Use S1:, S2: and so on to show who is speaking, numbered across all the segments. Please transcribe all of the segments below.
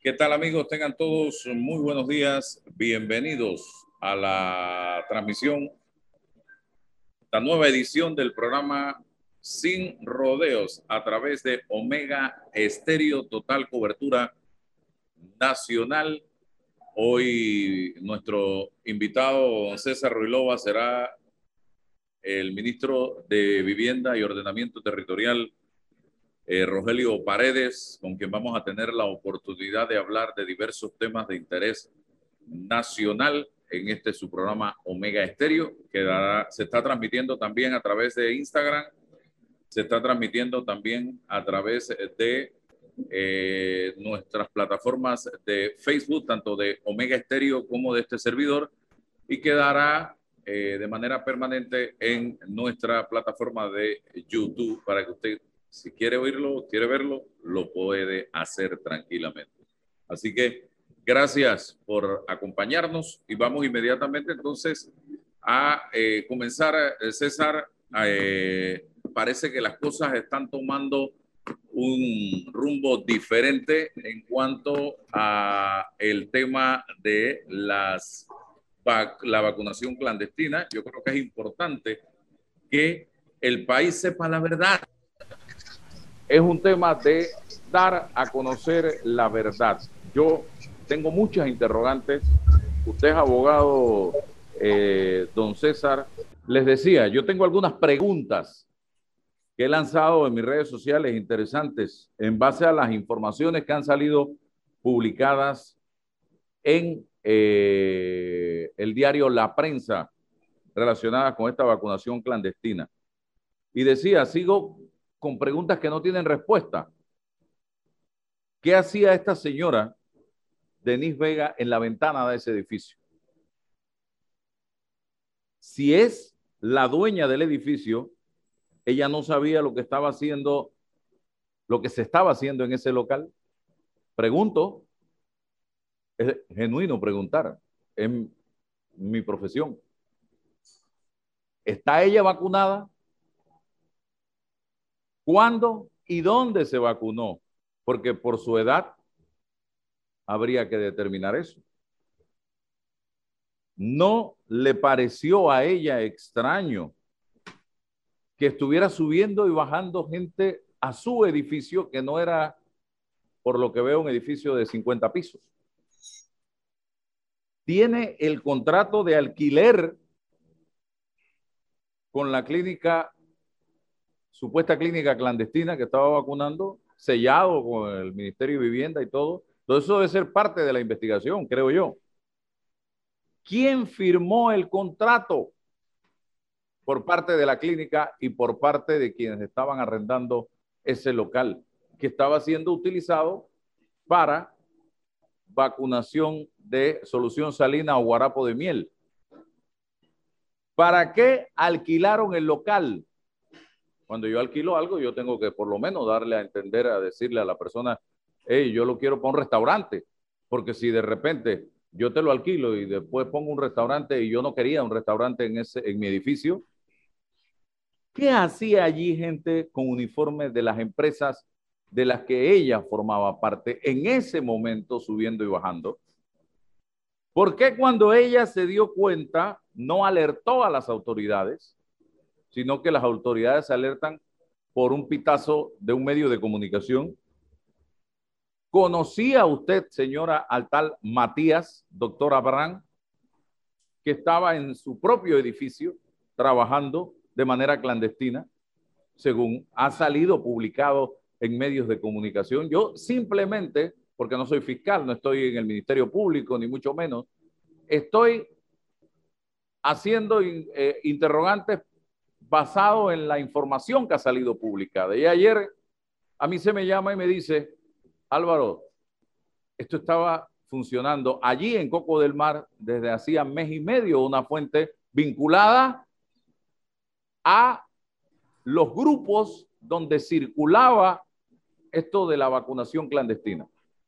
S1: ¿Qué tal, amigos? Tengan todos muy buenos días. Bienvenidos a la transmisión, la nueva edición del programa Sin Rodeos a través de Omega Estéreo, total cobertura nacional. Hoy nuestro invitado César Ruilova será el ministro de Vivienda y Ordenamiento Territorial, Rogelio Paredes, con quien vamos a tener la oportunidad de hablar de diversos temas de interés nacional en su programa Omega Estéreo, que se está transmitiendo también a través de Instagram, se está transmitiendo también a través de nuestras plataformas de Facebook, tanto de Omega Estéreo como de este servidor, y quedará de manera permanente en nuestra plataforma de YouTube para que usted, si quiere oírlo, quiere verlo, lo puede hacer tranquilamente. Así que gracias por acompañarnos y vamos inmediatamente entonces a comenzar, César. Parece que las cosas están tomando un rumbo diferente en cuanto a el tema de la vacunación clandestina. Yo creo que es importante que el país sepa la verdad. Es un tema de dar a conocer la verdad. Yo tengo muchas interrogantes. Usted es abogado, don César. Les decía, yo tengo algunas preguntas que he lanzado en mis redes sociales interesantes en base a las informaciones que han salido publicadas en el diario La Prensa relacionadas con esta vacunación clandestina. Y decía, sigo con preguntas que no tienen respuesta. ¿Qué hacía esta señora, Denise Vega, en la ventana de ese edificio? Si es la dueña del edificio, ella no sabía lo que estaba haciendo, lo que se estaba haciendo en ese local. Pregunto, es genuino preguntar, en mi profesión. ¿Está ella vacunada? ¿Cuándo y dónde se vacunó? Porque por su edad habría que determinar eso. ¿No le pareció a ella extraño que estuviera subiendo y bajando gente a su edificio, que no era, por lo que veo, un edificio de 50 pisos? Tiene el contrato de alquiler con la clínica, supuesta clínica clandestina que estaba vacunando, sellado con el Ministerio de Vivienda y todo. Todo eso debe ser parte de la investigación, creo yo. ¿Quién firmó el contrato por parte de la clínica y por parte de quienes estaban arrendando ese local que estaba siendo utilizado para vacunación de solución salina o guarapo de miel? ¿Para qué alquilaron el local? Cuando yo alquilo algo, yo tengo que por lo menos darle a entender, a decirle a la persona, hey, yo lo quiero para un restaurante, porque si de repente yo te lo alquilo y después pongo un restaurante y yo no quería un restaurante en mi edificio, ¿qué hacía allí gente con uniformes de las empresas de las que ella formaba parte en ese momento, subiendo y bajando? ¿Por qué cuando ella se dio cuenta no alertó a las autoridades, sino que las autoridades se alertan por un pitazo de un medio de comunicación? ¿Conocía usted, señora, al tal Matías, doctor Abraham, que estaba en su propio edificio trabajando de manera clandestina, según ha salido publicado en medios de comunicación? Yo simplemente, porque no soy fiscal, no estoy en el Ministerio Público, ni mucho menos, estoy haciendo interrogantes basado en la información que ha salido publicada. Y ayer a mí se me llama y me dice, Álvaro, esto estaba funcionando allí en Coco del Mar desde hacía mes y medio, una fuente vinculada a los grupos donde circulaba esto de la vacunación clandestina.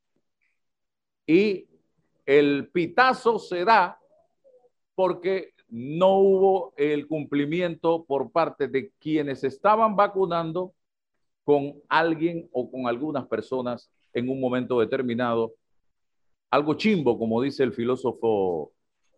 S1: Y el pitazo se da porque no hubo el cumplimiento por parte de quienes estaban vacunando con alguien o con algunas personas en un momento determinado algo chimbo, como dice el filósofo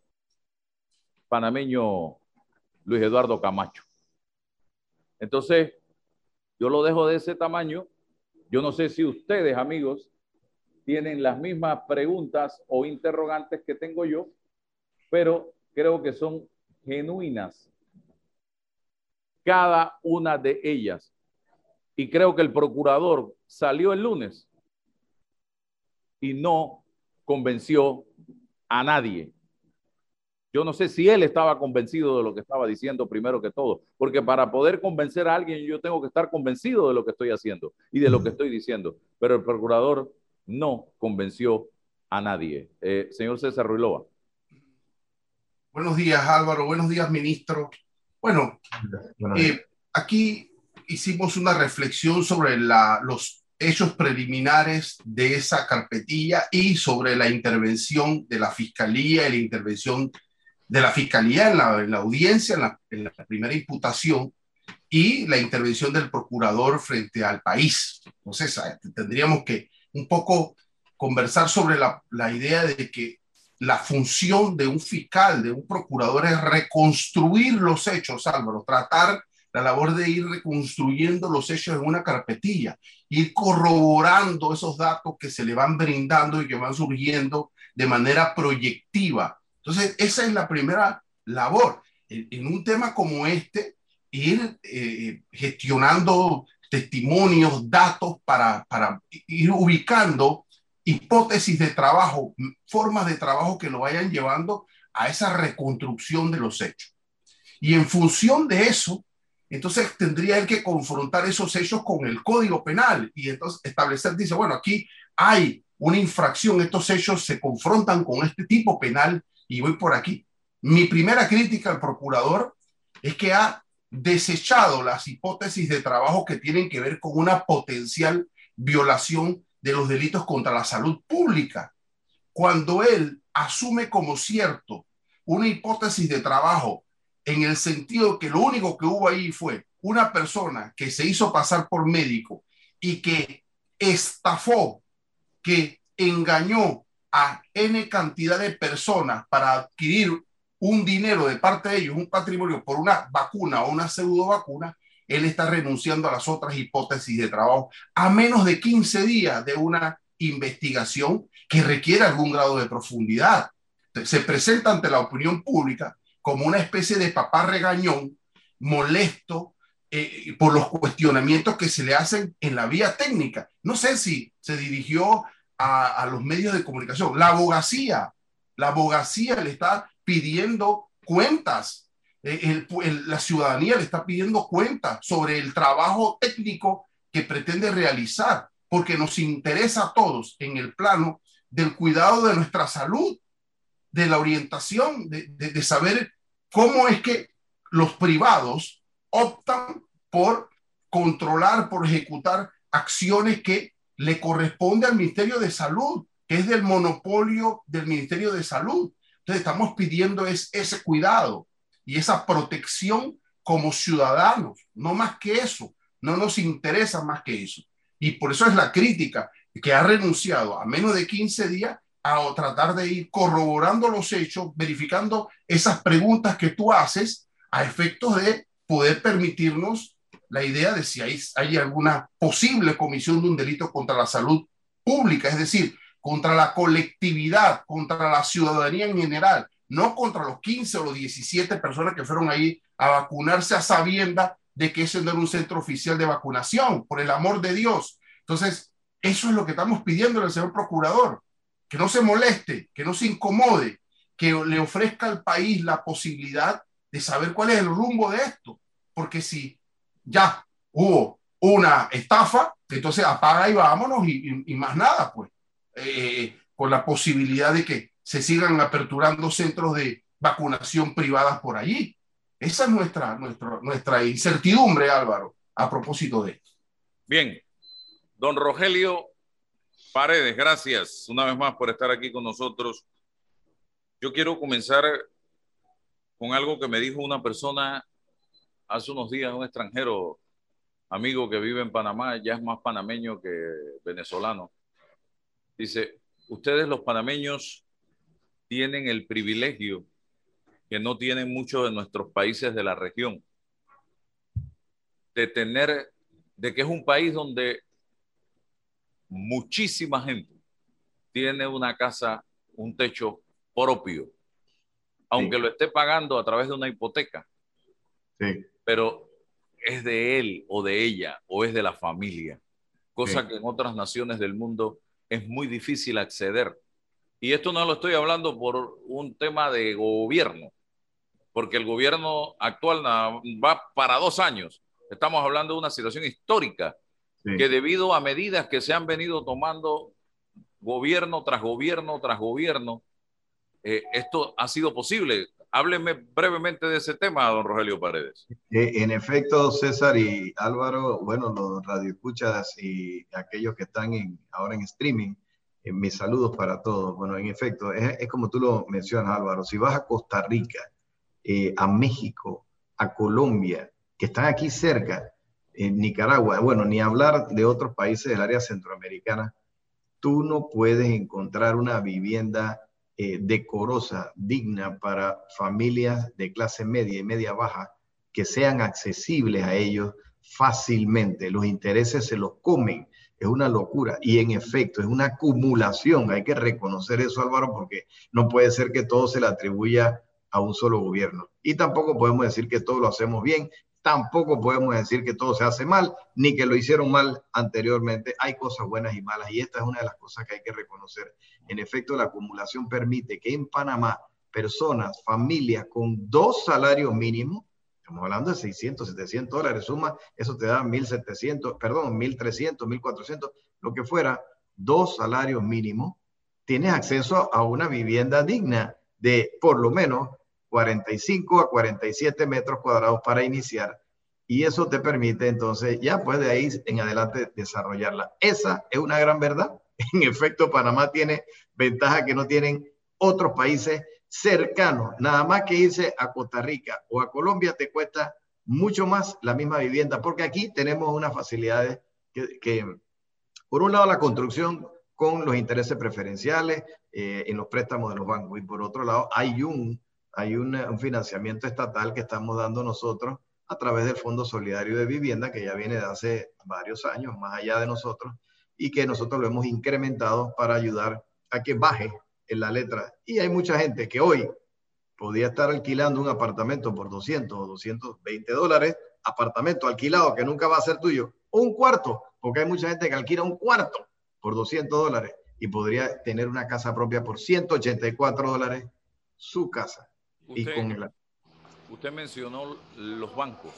S1: panameño Luis Eduardo Camacho. Entonces, yo lo dejo de ese tamaño. Yo no sé si ustedes, amigos, tienen las mismas preguntas o interrogantes que tengo yo, pero creo que son genuinas cada una de ellas. Y creo que el procurador salió el lunes y no convenció a nadie. Yo no sé si él estaba convencido de lo que estaba diciendo primero que todo, porque para poder convencer a alguien yo tengo que estar convencido de lo que estoy haciendo y de lo que estoy diciendo, pero el procurador no convenció a nadie. Señor César Ruilova.
S2: Buenos días, Álvaro. Buenos días, ministro. Bueno, aquí hicimos una reflexión sobre los hechos preliminares de esa carpetilla y sobre la intervención de la Fiscalía y la intervención de la Fiscalía en la audiencia, en la primera imputación y la intervención del procurador frente al país. Entonces, tendríamos que un poco conversar sobre la idea de que la función de un fiscal, de un procurador, es reconstruir los hechos, Álvaro, tratar la labor de ir reconstruyendo los hechos en una carpetilla, ir corroborando esos datos que se le van brindando y que van surgiendo de manera proyectiva. Entonces, esa es la primera labor. En un tema como este, ir gestionando testimonios, datos para ir ubicando hipótesis de trabajo, formas de trabajo que lo vayan llevando a esa reconstrucción de los hechos. Y en función de eso, entonces tendría él que confrontar esos hechos con el Código Penal y entonces establecer, dice, bueno, aquí hay una infracción, estos hechos se confrontan con este tipo penal y voy por aquí. Mi primera crítica al procurador es que ha desechado las hipótesis de trabajo que tienen que ver con una potencial violación de los delitos contra la salud pública. Cuando él asume como cierto una hipótesis de trabajo en el sentido que lo único que hubo ahí fue una persona que se hizo pasar por médico y que estafó, que engañó a N cantidad de personas para adquirir un dinero de parte de ellos, un patrimonio por una vacuna o una pseudo vacuna, él está renunciando a las otras hipótesis de trabajo a menos de 15 días de una investigación que requiere algún grado de profundidad. Se presenta ante la opinión pública como una especie de papá regañón, molesto por los cuestionamientos que se le hacen en la vía técnica. No sé si se dirigió a los medios de comunicación. La abogacía le está pidiendo cuentas. La ciudadanía le está pidiendo cuentas sobre el trabajo técnico que pretende realizar, porque nos interesa a todos en el plano del cuidado de nuestra salud, de la orientación, de saber cómo es que los privados optan por controlar, por ejecutar acciones que le corresponde al Ministerio de Salud, que es del monopolio del Ministerio de Salud. Entonces estamos pidiendo ese cuidado y esa protección como ciudadanos, no más que eso, no nos interesa más que eso. Y por eso es la crítica que ha renunciado a menos de 15 días a tratar de ir corroborando los hechos, verificando esas preguntas que tú haces a efectos de poder permitirnos la idea de si hay alguna posible comisión de un delito contra la salud pública, es decir, contra la colectividad, contra la ciudadanía en general, no contra los 15 o los 17 personas que fueron ahí a vacunarse a sabienda de que ese no era un centro oficial de vacunación, por el amor de Dios. Entonces, eso es lo que estamos pidiendo al señor procurador, que no se moleste, que no se incomode, que le ofrezca al país la posibilidad de saber cuál es el rumbo de esto, porque si ya hubo una estafa, entonces apaga y vámonos y más nada, pues, con la posibilidad de que se sigan aperturando centros de vacunación privadas por allí. Esa es nuestra incertidumbre, Álvaro, a propósito de esto.
S1: Bien, don Rogelio Paredes, gracias una vez más por estar aquí con nosotros. Yo quiero comenzar con algo que me dijo una persona hace unos días, un extranjero, amigo que vive en Panamá, ya es más panameño que venezolano. Dice, ustedes los panameños tienen el privilegio que no tienen muchos de nuestros países de la región, de que es un país donde muchísima gente tiene una casa, un techo propio, aunque
S3: Sí.
S1: lo esté pagando a través de una hipoteca,
S3: Sí,
S1: pero es de él o de ella o es de la familia, cosa
S3: sí,
S1: que en otras naciones del mundo es muy difícil acceder. Y esto no lo estoy hablando por un tema de gobierno, porque el gobierno actual va para 2 años. Estamos hablando de una situación histórica que
S3: sí.
S1: debido a medidas que se han venido tomando gobierno tras gobierno tras gobierno, esto ha sido posible. Hábleme brevemente de ese tema, don Rogelio Paredes.
S3: En efecto, César y Álvaro, bueno, los radioescuchas y aquellos que están ahora en streaming, mis saludos para todos. Bueno, en efecto, es como tú lo mencionas, Álvaro. Si vas a Costa Rica, a México, a Colombia, que están aquí cerca, en Nicaragua, bueno, ni hablar de otros países del área centroamericana, tú no puedes encontrar una vivienda decorosa, digna para familias de clase media y media baja que sean accesibles a ellos fácilmente. Los intereses se los comen. Es una locura. Y en efecto, es una acumulación. Hay que reconocer eso, Álvaro, porque no puede ser que todo se le atribuya a un solo gobierno. Y tampoco podemos decir que todo lo hacemos bien. Tampoco podemos decir que todo se hace mal, ni que lo hicieron mal anteriormente. Hay cosas buenas y malas, y esta es una de las cosas que hay que reconocer. En efecto, la acumulación permite que en Panamá personas, familias con 2 salarios mínimos, estamos hablando de 600, 700 dólares, suma, eso te da 1.700, perdón, 1.300, 1.400, lo que fuera, 2 salarios mínimos, tienes acceso a una vivienda digna de por lo menos 45 a 47 metros cuadrados para iniciar, y eso te permite entonces ya pues de ahí en adelante desarrollarla. Esa es una gran verdad. En efecto, Panamá tiene ventajas que no tienen otros países cercanos. Nada más que irse a Costa Rica o a Colombia te cuesta mucho más la misma vivienda, porque aquí tenemos unas facilidades que por un lado, la construcción con los intereses preferenciales en los préstamos de los bancos, y por otro lado, hay un financiamiento estatal que estamos dando nosotros a través del Fondo Solidario de Vivienda, que ya viene de hace varios años, más allá de nosotros, y que nosotros lo hemos incrementado para ayudar a que baje en la letra. Y hay mucha gente que hoy podía estar alquilando un apartamento por 200 o 220 dólares, apartamento alquilado que nunca va a ser tuyo, o un cuarto, porque hay mucha gente que alquila un cuarto por 200 dólares y podría tener una casa propia por 184 dólares, su casa. Y
S1: Usted,
S3: con el...
S1: usted mencionó los bancos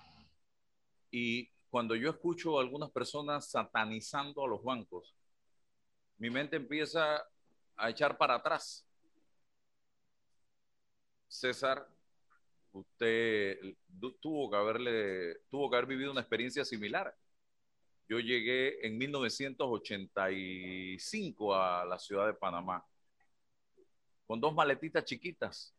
S1: y cuando yo escucho a algunas personas satanizando a los bancos, mi mente empieza a echar para atrás. César, usted tuvo que haber vivido una experiencia similar. Yo llegué en 1985 a la ciudad de Panamá con 2 maletitas chiquitas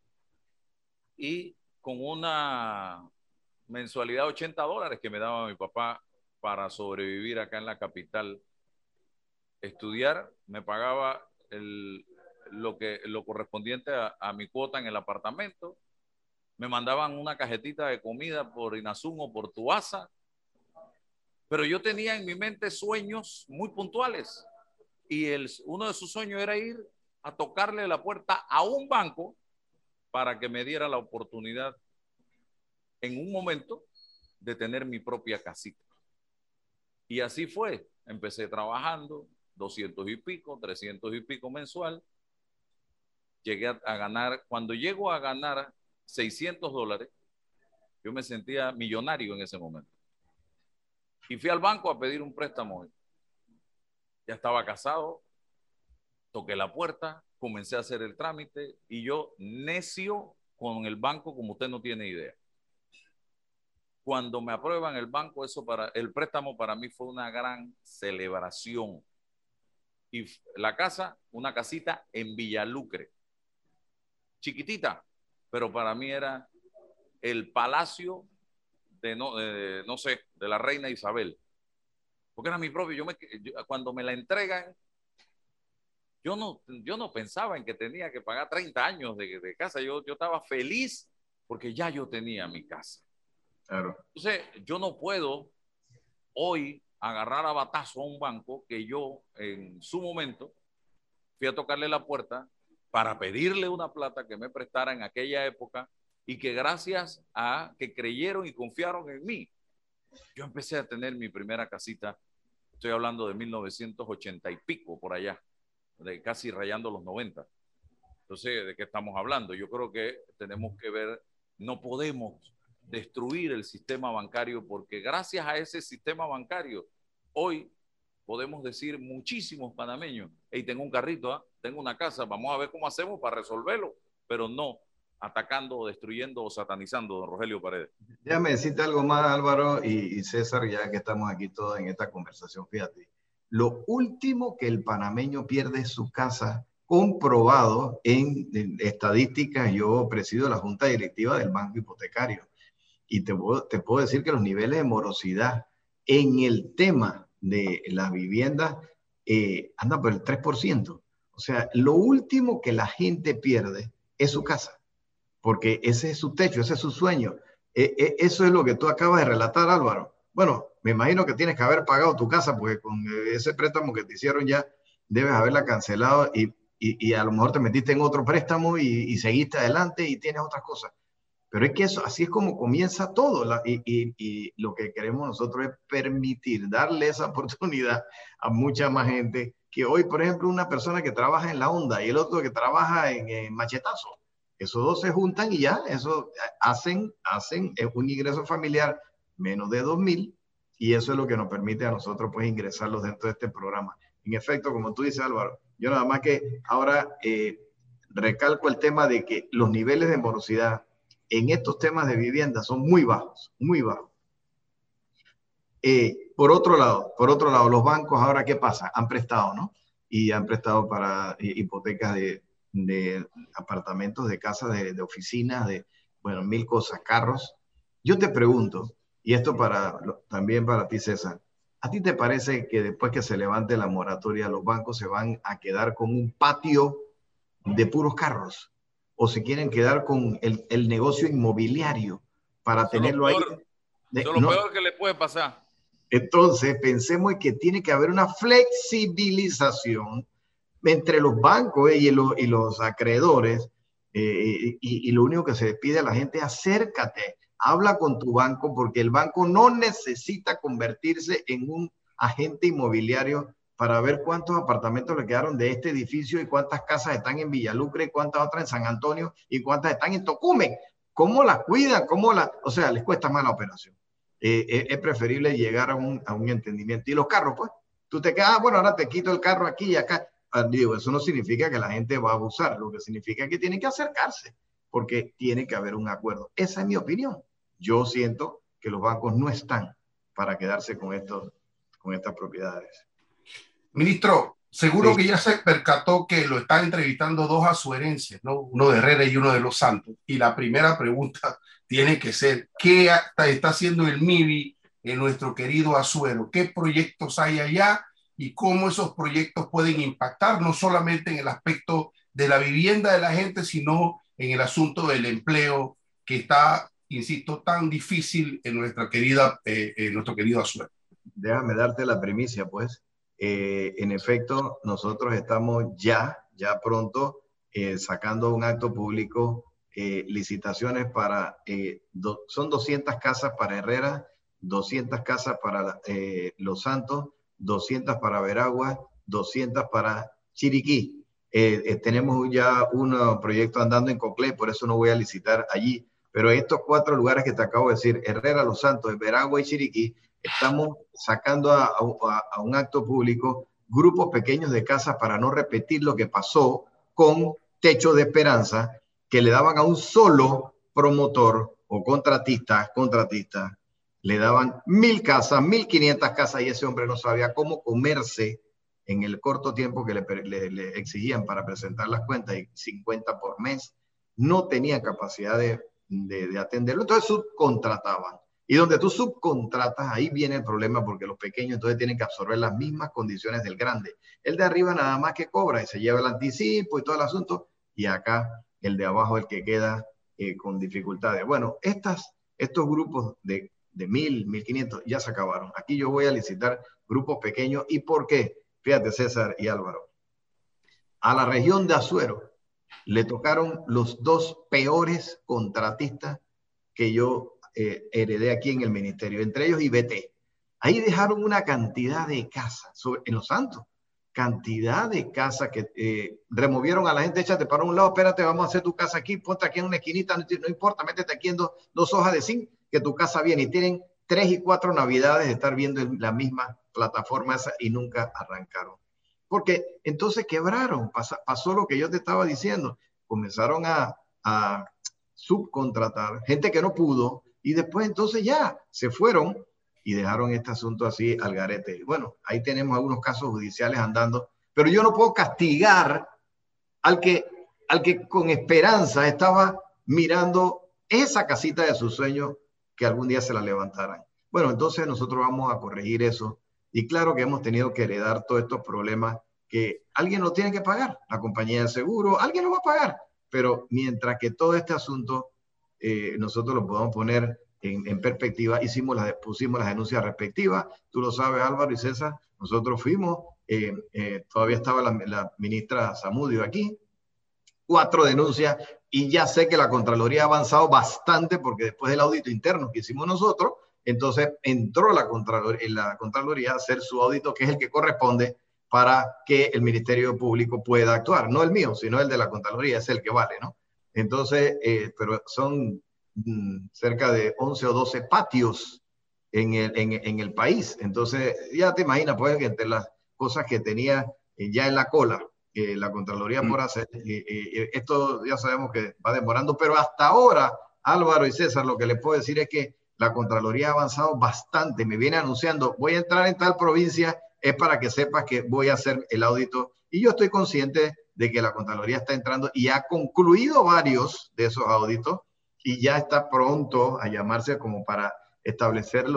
S1: y con una mensualidad de 80 dólares que me daba mi papá para sobrevivir acá en la capital. Estudiar me pagaba lo correspondiente a mi cuota en el apartamento. Me mandaban una cajetita de comida por Inazum o por Tuasa, pero yo tenía en mi mente sueños muy puntuales y uno de sus sueños era ir a tocarle la puerta a un banco para que me diera la oportunidad en un momento de tener mi propia casita. Y así fue. Empecé trabajando 200 y pico, 300 y pico mensual. Llegué a ganar, cuando llego a ganar 600 dólares, yo me sentía millonario en ese momento. Y fui al banco a pedir un préstamo. Ya estaba casado, toqué la puerta, comencé a hacer el trámite y yo necio con el banco como usted no tiene idea. Cuando me aprueban el banco, el préstamo para mí fue una gran celebración. Y la casa, una casita en Villalucre, chiquitita, pero para mí era el palacio no sé, de la reina Isabel, porque era mi propio. Cuando me la entregan, yo no pensaba en que tenía que pagar 30 años de casa. Yo estaba feliz porque ya yo tenía mi casa.
S3: Claro.
S1: Entonces, yo no puedo hoy agarrar a batazo a un banco que yo en su momento fui a tocarle la puerta para pedirle una plata que me prestara en aquella época y que gracias a que creyeron y confiaron en mí, yo empecé a tener mi primera casita. Estoy hablando de 1980 y pico por allá, de casi rayando los 90. Entonces, ¿de qué estamos hablando? Yo creo que tenemos que ver, no podemos destruir el sistema bancario porque gracias a ese sistema bancario, hoy podemos decir muchísimos panameños, hey, tengo un carrito, tengo una casa, vamos a ver cómo hacemos para resolverlo, pero no atacando, destruyendo o satanizando, don Rogelio Paredes.
S3: Déjame decirte algo más, Álvaro y César, ya que estamos aquí todos en esta conversación, fíjate. Lo último que el panameño pierde es su casa, comprobado en estadísticas. Yo presido la junta directiva del Banco Hipotecario y te puedo decir que los niveles de morosidad en el tema de las viviendas andan por el 3%. O sea, lo último que la gente pierde es su casa, porque ese es su techo, ese es su sueño. Eso es lo que tú acabas de relatar, Álvaro. Bueno, me imagino que tienes que haber pagado tu casa porque con ese préstamo que te hicieron ya debes haberla cancelado y a lo mejor te metiste en otro préstamo y seguiste adelante y tienes otras cosas. Pero es que eso, así es como comienza todo. Y lo que queremos nosotros es permitir, darle esa oportunidad a mucha más gente que hoy, por ejemplo, una persona que trabaja en la Honda y el otro que trabaja en Machetazo. Esos dos se juntan y ya, eso hacen un ingreso familiar menos de 2.000 y eso es lo que nos permite a nosotros pues ingresarlos dentro de este programa. En efecto, como tú dices, Álvaro, yo nada más que ahora recalco el tema de que los niveles de morosidad en estos temas de vivienda son muy bajos, muy bajos. Por otro lado, los bancos ahora, ¿qué pasa? Han prestado, ¿no? Y han prestado para hipotecas de apartamentos, de casas, de oficinas, de, bueno, 1000 cosas, carros. Yo te pregunto, y esto también para ti, César, ¿a ti te parece que después que se levante la moratoria, los bancos se van a quedar con un patio de puros carros? ¿O se quieren quedar con el negocio inmobiliario para tenerlo ahí?
S1: Eso es lo peor que le puede pasar.
S3: Entonces, pensemos que tiene que haber una flexibilización entre los bancos y los acreedores, y lo único que se les pide a la gente es acércate, habla con tu banco, porque el banco no necesita convertirse en un agente inmobiliario para ver cuántos apartamentos le quedaron de este edificio y cuántas casas están en Villalucre, y cuántas otras en San Antonio y cuántas están en Tocumen. ¿Cómo las cuidan? O sea, les cuesta más la operación. Es preferible llegar a un entendimiento. Y los carros, pues, tú te quedas, bueno, ahora te quito el carro aquí y acá. Digo, eso no significa que la gente va a abusar, lo que significa que tienen que acercarse, porque tiene que haber un acuerdo. Esa es mi opinión. Yo siento que los bancos no están para quedarse con estas propiedades.
S2: Ministro, seguro
S3: Sí.
S2: que ya se percató que lo están entrevistando dos asuerenses, ¿no? Uno de Herrera y uno de Los Santos. Y la primera pregunta tiene que ser, ¿qué está haciendo el MIBI en nuestro querido Azuero? ¿Qué proyectos hay allá? Y cómo esos proyectos pueden impactar no solamente en el aspecto de la vivienda de la gente, sino en el asunto del empleo que está, insisto, tan difícil en nuestro querido Azuero.
S3: Déjame darte la primicia, pues. En efecto, nosotros estamos ya pronto sacando un acto público, licitaciones para, son 200 casas para Herrera, 200 casas para Los Santos, 200 para Veragua, 200 para Chiriquí. Tenemos ya un proyecto andando en Coclé, por eso no voy a licitar allí. Pero estos 4 lugares que te acabo de decir, Herrera, Los Santos, Veragua y Chiriquí, estamos sacando a un acto público grupos pequeños de casas para no repetir lo que pasó con Techo de Esperanza, que le daban a un solo promotor o contratista, le daban 1000 casas, 1500 casas y ese hombre no sabía cómo comerse en el corto tiempo que le exigían para presentar las cuentas, y 50 por mes, no tenía capacidad de atenderlo, entonces subcontrataban. Y donde tú subcontratas, ahí viene el problema porque los pequeños entonces tienen que absorber las mismas condiciones del grande. El de arriba nada más que cobra y se lleva el anticipo y todo el asunto, y acá el de abajo el que queda con dificultades. Bueno, estos grupos de 1.000, 1.500 ya se acabaron. Aquí yo voy a licitar grupos pequeños. ¿Y por qué? Fíjate, César y Álvaro. A la región de Azuero le tocaron los dos peores contratistas que yo heredé aquí en el ministerio, entre ellos IBT. Ahí dejaron una cantidad de casas en Los Santos, cantidad de casas que removieron a la gente, échate para un lado, espérate, vamos a hacer tu casa aquí, ponte aquí en una esquinita, no importa, métete aquí en dos hojas de zinc, que tu casa viene. Y tienen 3 y 4 navidades de estar viendo en la misma plataforma esa y nunca arrancaron. Porque entonces quebraron, pasó lo que yo te estaba diciendo, comenzaron a subcontratar gente que no pudo y después entonces ya se fueron y dejaron este asunto así al garete. Bueno, ahí tenemos algunos casos judiciales andando, pero yo no puedo castigar al que con esperanza estaba mirando esa casita de sus sueños que algún día se la levantaran. Bueno, entonces nosotros vamos a corregir eso. Y claro que hemos tenido que heredar todos estos problemas que alguien lo tiene que pagar, la compañía de seguro, alguien lo va a pagar. Pero mientras que todo este asunto nosotros lo podamos poner en perspectiva, pusimos las denuncias respectivas. Tú lo sabes, Álvaro y César, nosotros fuimos, todavía estaba la ministra Zamudio aquí, 4 denuncias, y ya sé que la Contraloría ha avanzado bastante porque después del audito interno que hicimos nosotros, entonces entró la Contraloría a hacer su audito, que es el que corresponde para que el Ministerio Público pueda actuar. No el mío, sino el de la Contraloría, es el que vale, ¿no? Entonces, pero son cerca de 11 o 12 patios en el país. Entonces, ya te imaginas, pues, que entre las cosas que tenía ya en la cola, la Contraloría por hacer, esto ya sabemos que va demorando, pero hasta ahora, Álvaro y César, lo que les puedo decir es que la Contraloría ha avanzado bastante. Me viene anunciando, voy a entrar en tal provincia, es para que sepas que voy a hacer el audito. Y yo estoy consciente de que la Contraloría está entrando y ha concluido varios de esos auditos y ya está pronto a llamarse como para establecer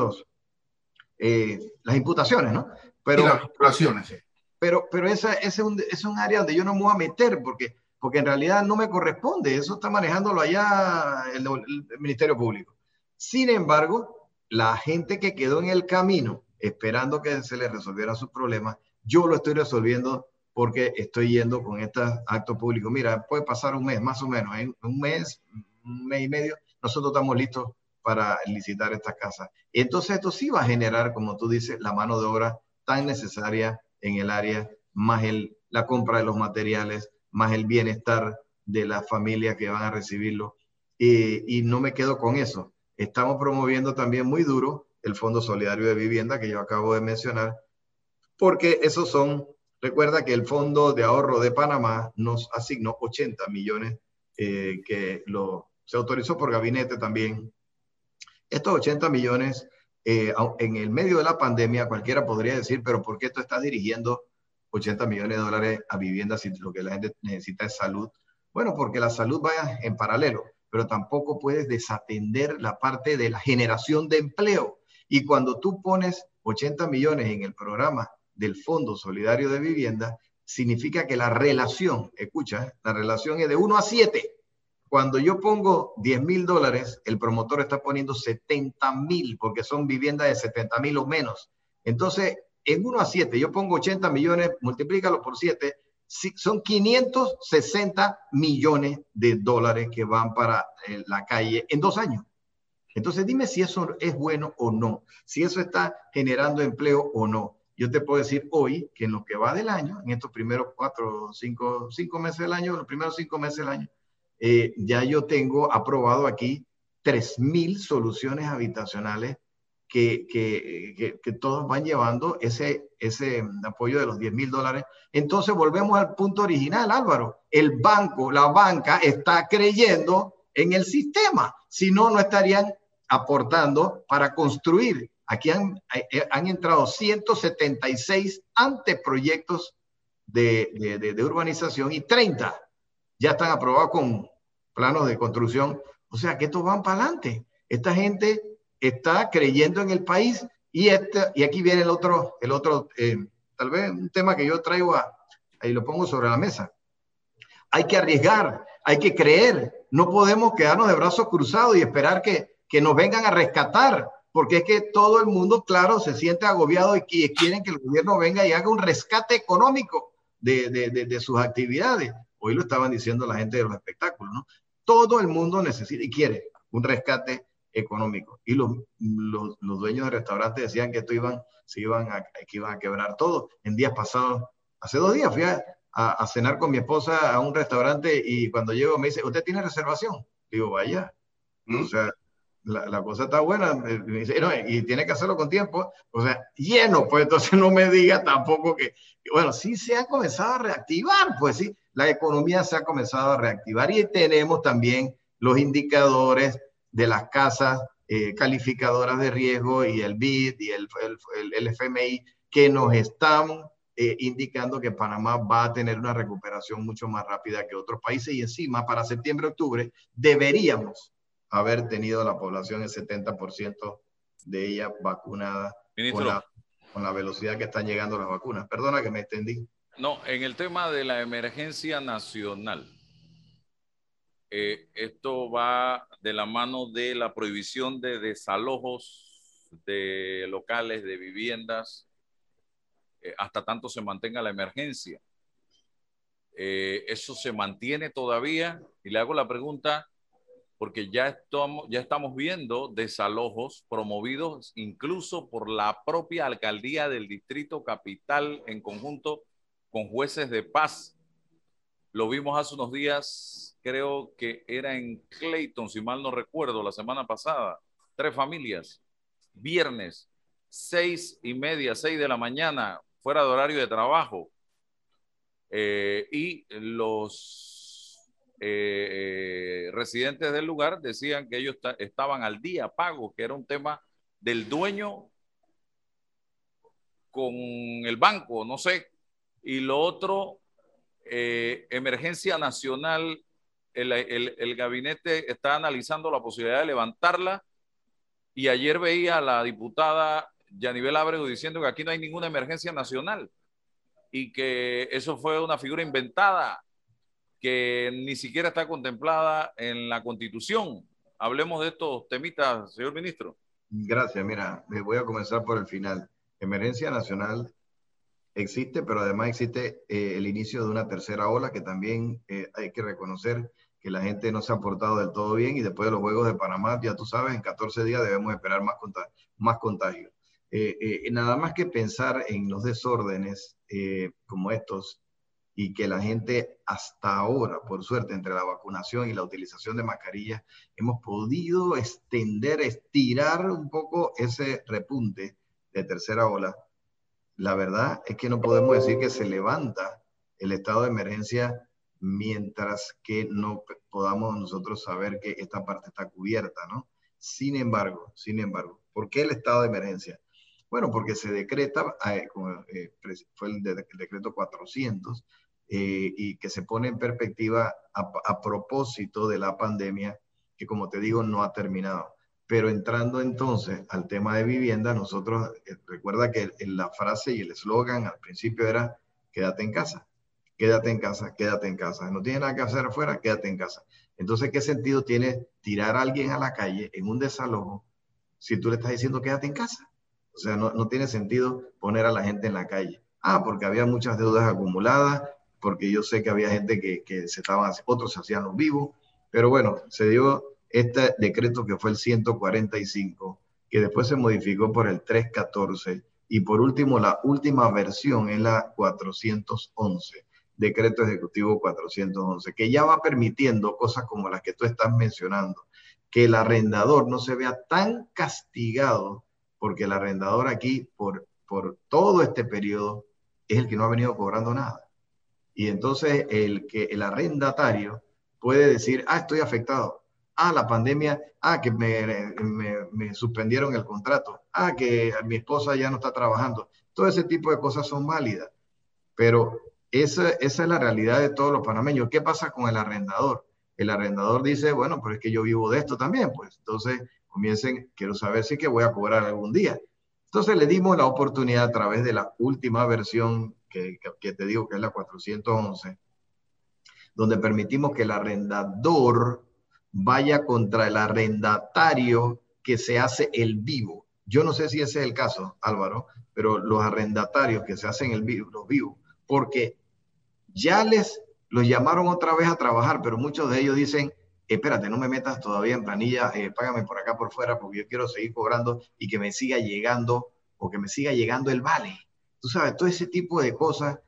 S3: las imputaciones, ¿no? Pero,
S2: las vinculaciones.
S3: Pero ese es un área donde yo no me voy a meter porque en realidad no me corresponde. Eso está manejándolo allá el Ministerio Público. Sin embargo, la gente que quedó en el camino esperando que se les resolvieran sus problemas, yo lo estoy resolviendo porque estoy yendo con estos actos públicos. Mira, puede pasar un mes, más o menos, en un mes y medio, nosotros estamos listos para licitar estas casas. Y entonces esto sí va a generar, como tú dices, la mano de obra tan necesaria en el área, más la compra de los materiales, más el bienestar de las familias que van a recibirlo. Y no me quedo con eso. Estamos promoviendo también muy duro el Fondo Solidario de Vivienda que yo acabo de mencionar, porque esos recuerda que el Fondo de Ahorro de Panamá nos asignó 80 millones que se autorizó por gabinete también. Estos 80 millones, en el medio de la pandemia, cualquiera podría decir, pero ¿por qué tú estás dirigiendo 80 millones de dólares a viviendas si lo que la gente necesita es salud? Bueno, porque la salud va en paralelo, pero tampoco puedes desatender la parte de la generación de empleo. Y cuando tú pones 80 millones en el programa del Fondo Solidario de Vivienda, significa que la relación, escucha, la relación es de 1 a 7. Cuando yo pongo $10,000, el promotor está poniendo 70,000 porque son viviendas de 70,000 o menos. Entonces, en 1 a 7, yo pongo 80 millones, multiplícalo por 7, son 560 millones de dólares que van para la calle en 2 años. Entonces, dime si eso es bueno o no, si eso está generando empleo o no. Yo te puedo decir hoy que en lo que va del año, en estos primeros 5 meses del año, los primeros 5 meses del año, ya yo tengo aprobado aquí 3,000 soluciones habitacionales que todos van llevando ese apoyo de los $10,000. Entonces volvemos al punto original, Álvaro. La banca está creyendo en el sistema. Si no, no estarían aportando para construir. Aquí han entrado 176 anteproyectos de urbanización y 30 ya están aprobados con planos de construcción. O sea que estos van para adelante. Esta gente está creyendo en el país y aquí viene el otro tal vez un tema que yo traigo ahí lo pongo sobre la mesa. Hay que arriesgar, hay que creer. No podemos quedarnos de brazos cruzados y esperar que nos vengan a rescatar, porque es que todo el mundo, claro, se siente agobiado y quieren que el gobierno venga y haga un rescate económico de sus actividades. Hoy lo estaban diciendo la gente de los espectáculos, ¿no? Todo el mundo necesita y quiere un rescate económico. Y los dueños de restaurantes decían que que iban a quebrar todo. En días pasados, hace 2 días fui a cenar con mi esposa a un restaurante y cuando llego me dice, ¿usted tiene reservación? Digo, vaya. O sea, la cosa está buena. Me dice, no, y tiene que hacerlo con tiempo. O sea, lleno, pues entonces no me diga tampoco bueno, sí se ha comenzado a reactivar, pues sí, la economía se ha comenzado a reactivar y tenemos también los indicadores de las casas calificadoras de riesgo y el BID y el FMI que nos están indicando que Panamá va a tener una recuperación mucho más rápida que otros países y encima para septiembre-octubre deberíamos haber tenido la población el 70% de ella vacunada con la velocidad que están llegando las vacunas. Perdona que me extendí.
S1: No, en el tema de la emergencia nacional, esto va de la mano de la prohibición de desalojos de locales, de viviendas, hasta tanto se mantenga la emergencia. Eso se mantiene todavía y le hago la pregunta porque ya estamos viendo desalojos promovidos incluso por la propia alcaldía del Distrito Capital en conjunto con jueces de paz. Lo vimos hace unos días, creo que era en Clayton, si mal no recuerdo, la semana pasada. 3 familias, viernes, 6:30, 6 de la mañana, fuera de horario de trabajo. Y los residentes del lugar decían que ellos estaban al día pago, que era un tema del dueño con el banco, no sé. Y lo otro, emergencia nacional, el gabinete está analizando la posibilidad de levantarla y ayer veía a la diputada Yanibel Ábrego diciendo que aquí no hay ninguna emergencia nacional y que eso fue una figura inventada que ni siquiera está contemplada en la Constitución. Hablemos de estos temitas, señor ministro.
S3: Gracias, mira, voy a comenzar por el final. Emergencia nacional existe, pero además existe el inicio de una tercera ola que también hay que reconocer que la gente no se ha portado del todo bien y después de los Juegos de Panamá, ya tú sabes, en 14 días debemos esperar más contagios. Nada más que pensar en los desórdenes como estos y que la gente hasta ahora, por suerte, entre la vacunación y la utilización de mascarillas, hemos podido estirar un poco ese repunte de tercera ola. La verdad es que no podemos decir que se levanta el estado de emergencia mientras que no podamos nosotros saber que esta parte está cubierta, ¿no? Sin embargo, ¿por qué el estado de emergencia? Bueno, porque se decreta, fue el decreto 400, y que se pone en perspectiva a propósito de la pandemia, que como te digo, no ha terminado. Pero entrando entonces al tema de vivienda, nosotros, recuerda que la frase y el eslogan al principio era, quédate en casa, quédate en casa, quédate en casa. No tienes nada que hacer afuera, quédate en casa. Entonces, ¿qué sentido tiene tirar a alguien a la calle en un desalojo si tú le estás diciendo quédate en casa? O sea, no tiene sentido poner a la gente en la calle. Porque había muchas deudas acumuladas, porque yo sé que había gente que otros se hacían los vivos, pero bueno, se dio este decreto que fue el 145, que después se modificó por el 314, y por último, la última versión es la 411, decreto ejecutivo 411, que ya va permitiendo cosas como las que tú estás mencionando, que el arrendador no se vea tan castigado, porque el arrendador aquí, por todo este periodo, es el que no ha venido cobrando nada. Y entonces el arrendatario puede decir, estoy afectado. La pandemia, que me suspendieron el contrato, que mi esposa ya no está trabajando. Todo ese tipo de cosas son válidas. Pero esa es la realidad de todos los panameños. ¿Qué pasa con el arrendador? El arrendador dice, bueno, pero es que yo vivo de esto también, pues. Entonces comiencen, quiero saber si que voy a cobrar algún día. Entonces le dimos la oportunidad a través de la última versión que te digo que es la 411, donde permitimos que el arrendador vaya contra el arrendatario que se hace el vivo. Yo no sé si ese es el caso, Álvaro, pero los arrendatarios que se hacen el vivo, los vivos, porque ya los llamaron otra vez a trabajar, pero muchos de ellos dicen, espérate, no me metas todavía en planilla, págame por acá por fuera porque yo quiero seguir cobrando y que me siga llegando o que me siga llegando el vale. Tú sabes, todo ese tipo de cosas,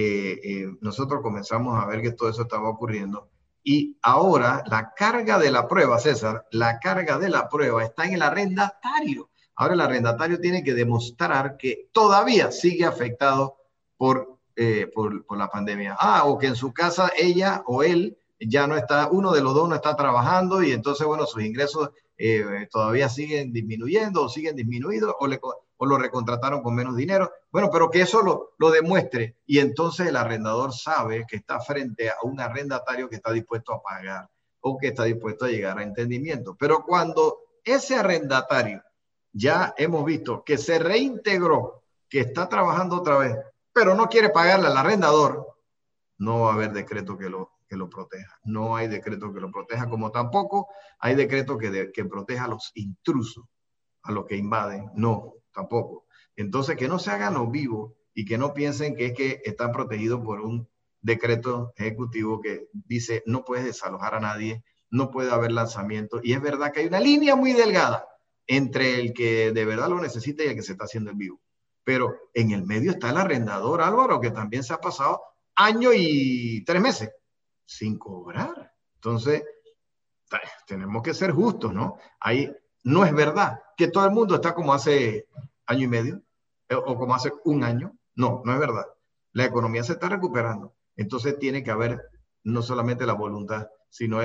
S3: nosotros comenzamos a ver que todo eso estaba ocurriendo y ahora la carga de la prueba, César, la carga de la prueba está en el arrendatario. Ahora el arrendatario tiene que demostrar que todavía sigue afectado por la pandemia. O que en su casa ella o él ya no está, uno de los dos no está trabajando y entonces, bueno, sus ingresos todavía siguen disminuyendo o siguen disminuidos o lo recontrataron con menos dinero. Bueno, pero que eso lo demuestre y entonces el arrendador sabe que está frente a un arrendatario que está dispuesto a pagar o que está dispuesto a llegar a entendimiento. Pero cuando ese arrendatario ya hemos visto que se reintegró, que está trabajando otra vez, pero no quiere pagarle al arrendador, no va a haber decreto que lo proteja. No hay decreto que lo proteja, como tampoco hay decreto que proteja a los intrusos, a los que invaden. No, tampoco. Entonces, que no se hagan los vivos y que no piensen que es que están protegidos por un decreto ejecutivo que dice no puedes desalojar a nadie, no puede haber lanzamiento. Y es verdad que hay una línea muy delgada entre el que de verdad lo necesita y el que se está haciendo el vivo. Pero en el medio está el arrendador, Álvaro, que también se ha pasado año y 3 meses sin cobrar. Entonces, tenemos que ser justos, ¿no? Ahí no es verdad que todo el mundo está como hace año y medio o como hace un año. No, no es verdad. La economía se está recuperando. Entonces tiene que haber no solamente la voluntad, sino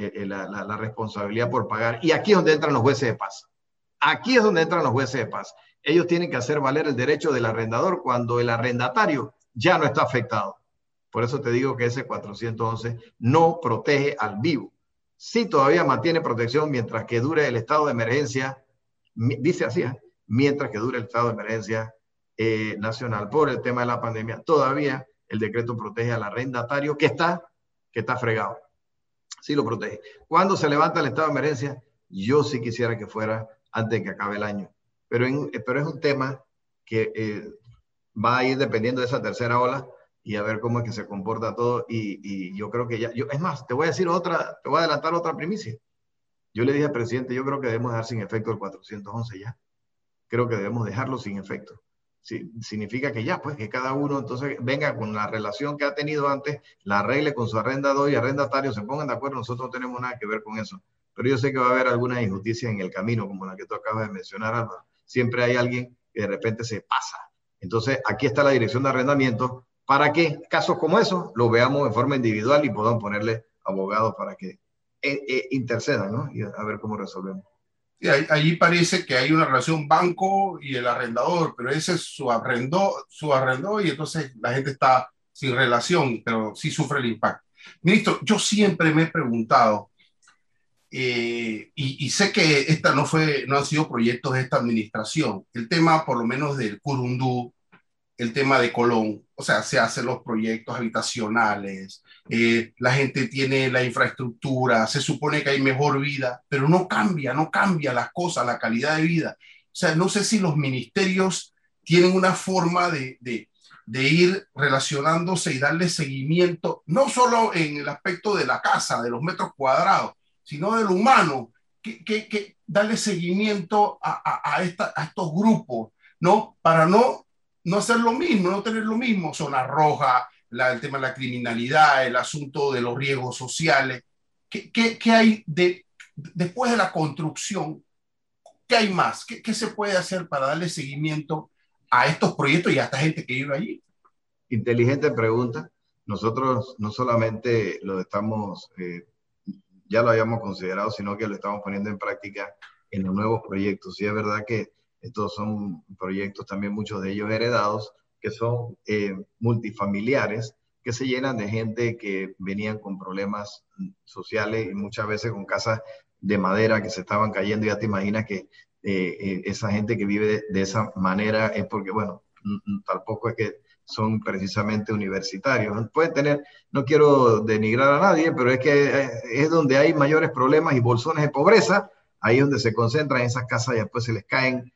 S3: la responsabilidad por pagar. Y aquí es donde entran los jueces de paz. Aquí es donde entran los jueces de paz. Ellos tienen que hacer valer el derecho del arrendador cuando el arrendatario ya no está afectado. Por eso te digo que ese 411 no protege al vivo. Sí todavía mantiene protección mientras que dure el estado de emergencia, dice así, mientras que dure el estado de emergencia nacional por el tema de la pandemia, todavía el decreto protege al arrendatario que está fregado. Sí lo protege. Cuando se levanta el estado de emergencia, yo sí quisiera que fuera antes de que acabe el año. Pero es un tema que va a ir dependiendo de esa tercera ola y a ver cómo es que se comporta todo. Y yo creo que es más, te voy a adelantar otra primicia. Yo le dije al presidente, yo creo que debemos dejar sin efecto el 411 ya. Creo que debemos dejarlo sin efecto. Sí, significa que ya, pues que cada uno entonces venga con la relación que ha tenido antes, la arregle con su arrendador y arrendatario, se pongan de acuerdo, nosotros no tenemos nada que ver con eso. Pero yo sé que va a haber alguna injusticia en el camino, como la que tú acabas de mencionar, Álvaro. Siempre hay alguien que de repente se pasa. Entonces, aquí está la dirección de arrendamiento para que casos como esos los veamos de forma individual y podamos ponerle abogados para que intercedan, ¿no? Y a ver cómo resolvemos.
S2: Sí, allí parece que hay una relación banco y el arrendador, pero ese es su arrendó y entonces la gente está sin relación, pero sí sufre el impacto. Ministro, yo siempre me he preguntado, y sé que no han sido proyectos de esta administración, el tema por lo menos del Curundú, el tema de Colón, o sea, se hacen los proyectos habitacionales, la gente tiene la infraestructura, se supone que hay mejor vida, pero no cambia las cosas, la calidad de vida. O sea, no sé si los ministerios tienen una forma de ir relacionándose y darle seguimiento, no solo en el aspecto de la casa, de los metros cuadrados, sino del humano, que darle seguimiento a estos grupos, ¿no? Para no hacer lo mismo, no tener lo mismo, zona roja, el tema de la criminalidad, el asunto de los riesgos sociales. ¿Qué hay después de la construcción? ¿Qué hay más? ¿Qué se puede hacer para darle seguimiento a estos proyectos y a esta gente que vive allí?
S3: Inteligente pregunta. Nosotros no solamente ya lo habíamos considerado, sino que lo estamos poniendo en práctica en los nuevos proyectos. Y es verdad que estos son proyectos también, muchos de ellos heredados, que son multifamiliares, que se llenan de gente que venían con problemas sociales y muchas veces con casas de madera que se estaban cayendo. Ya te imaginas que esa gente que vive de esa manera es porque, bueno, tampoco es que son precisamente universitarios. Pueden tener, no quiero denigrar a nadie, pero es que es donde hay mayores problemas y bolsones de pobreza, ahí es donde se concentran esas casas y después se les caen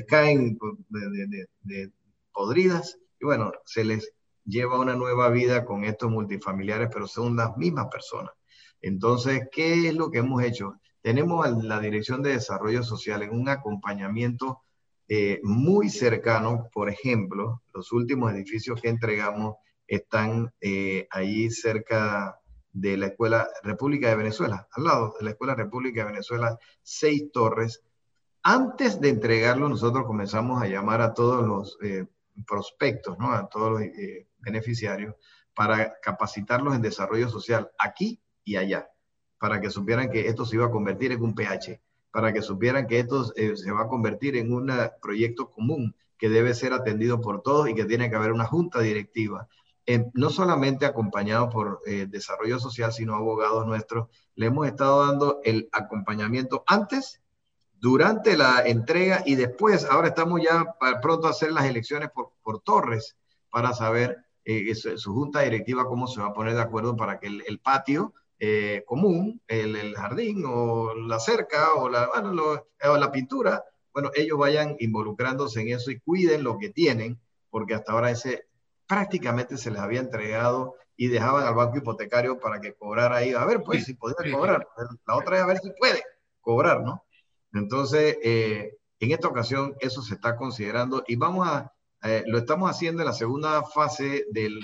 S3: de podridas y bueno, se les lleva una nueva vida con estos multifamiliares, pero son las mismas personas. Entonces, ¿qué es lo que hemos hecho? Tenemos a la Dirección de Desarrollo Social en un acompañamiento muy cercano. Por ejemplo, los últimos edificios que entregamos están allí cerca de la Escuela República de Venezuela, al lado de la Escuela República de Venezuela, 6 torres. Antes de entregarlo, nosotros comenzamos a llamar a todos los prospectos, ¿no? A todos los beneficiarios, para capacitarlos en desarrollo social aquí y allá, para que supieran que esto se iba a convertir en un PH, para que supieran que esto se va a convertir en un proyecto común que debe ser atendido por todos y que tiene que haber una junta directiva, no solamente acompañado por desarrollo social, sino abogados nuestros. Le hemos estado dando el acompañamiento antes, durante la entrega y después. Ahora estamos ya pronto a hacer las elecciones por torres para saber su junta directiva cómo se va a poner de acuerdo para que el patio común, el jardín o la cerca o la pintura, bueno, ellos vayan involucrándose en eso y cuiden lo que tienen, porque hasta ahora prácticamente se les había entregado y dejaban al banco hipotecario para que cobrara ahí, a ver pues si podía cobrar, la otra es a ver si puede cobrar, ¿no? Entonces, en esta ocasión eso se está considerando y lo estamos haciendo en la segunda fase de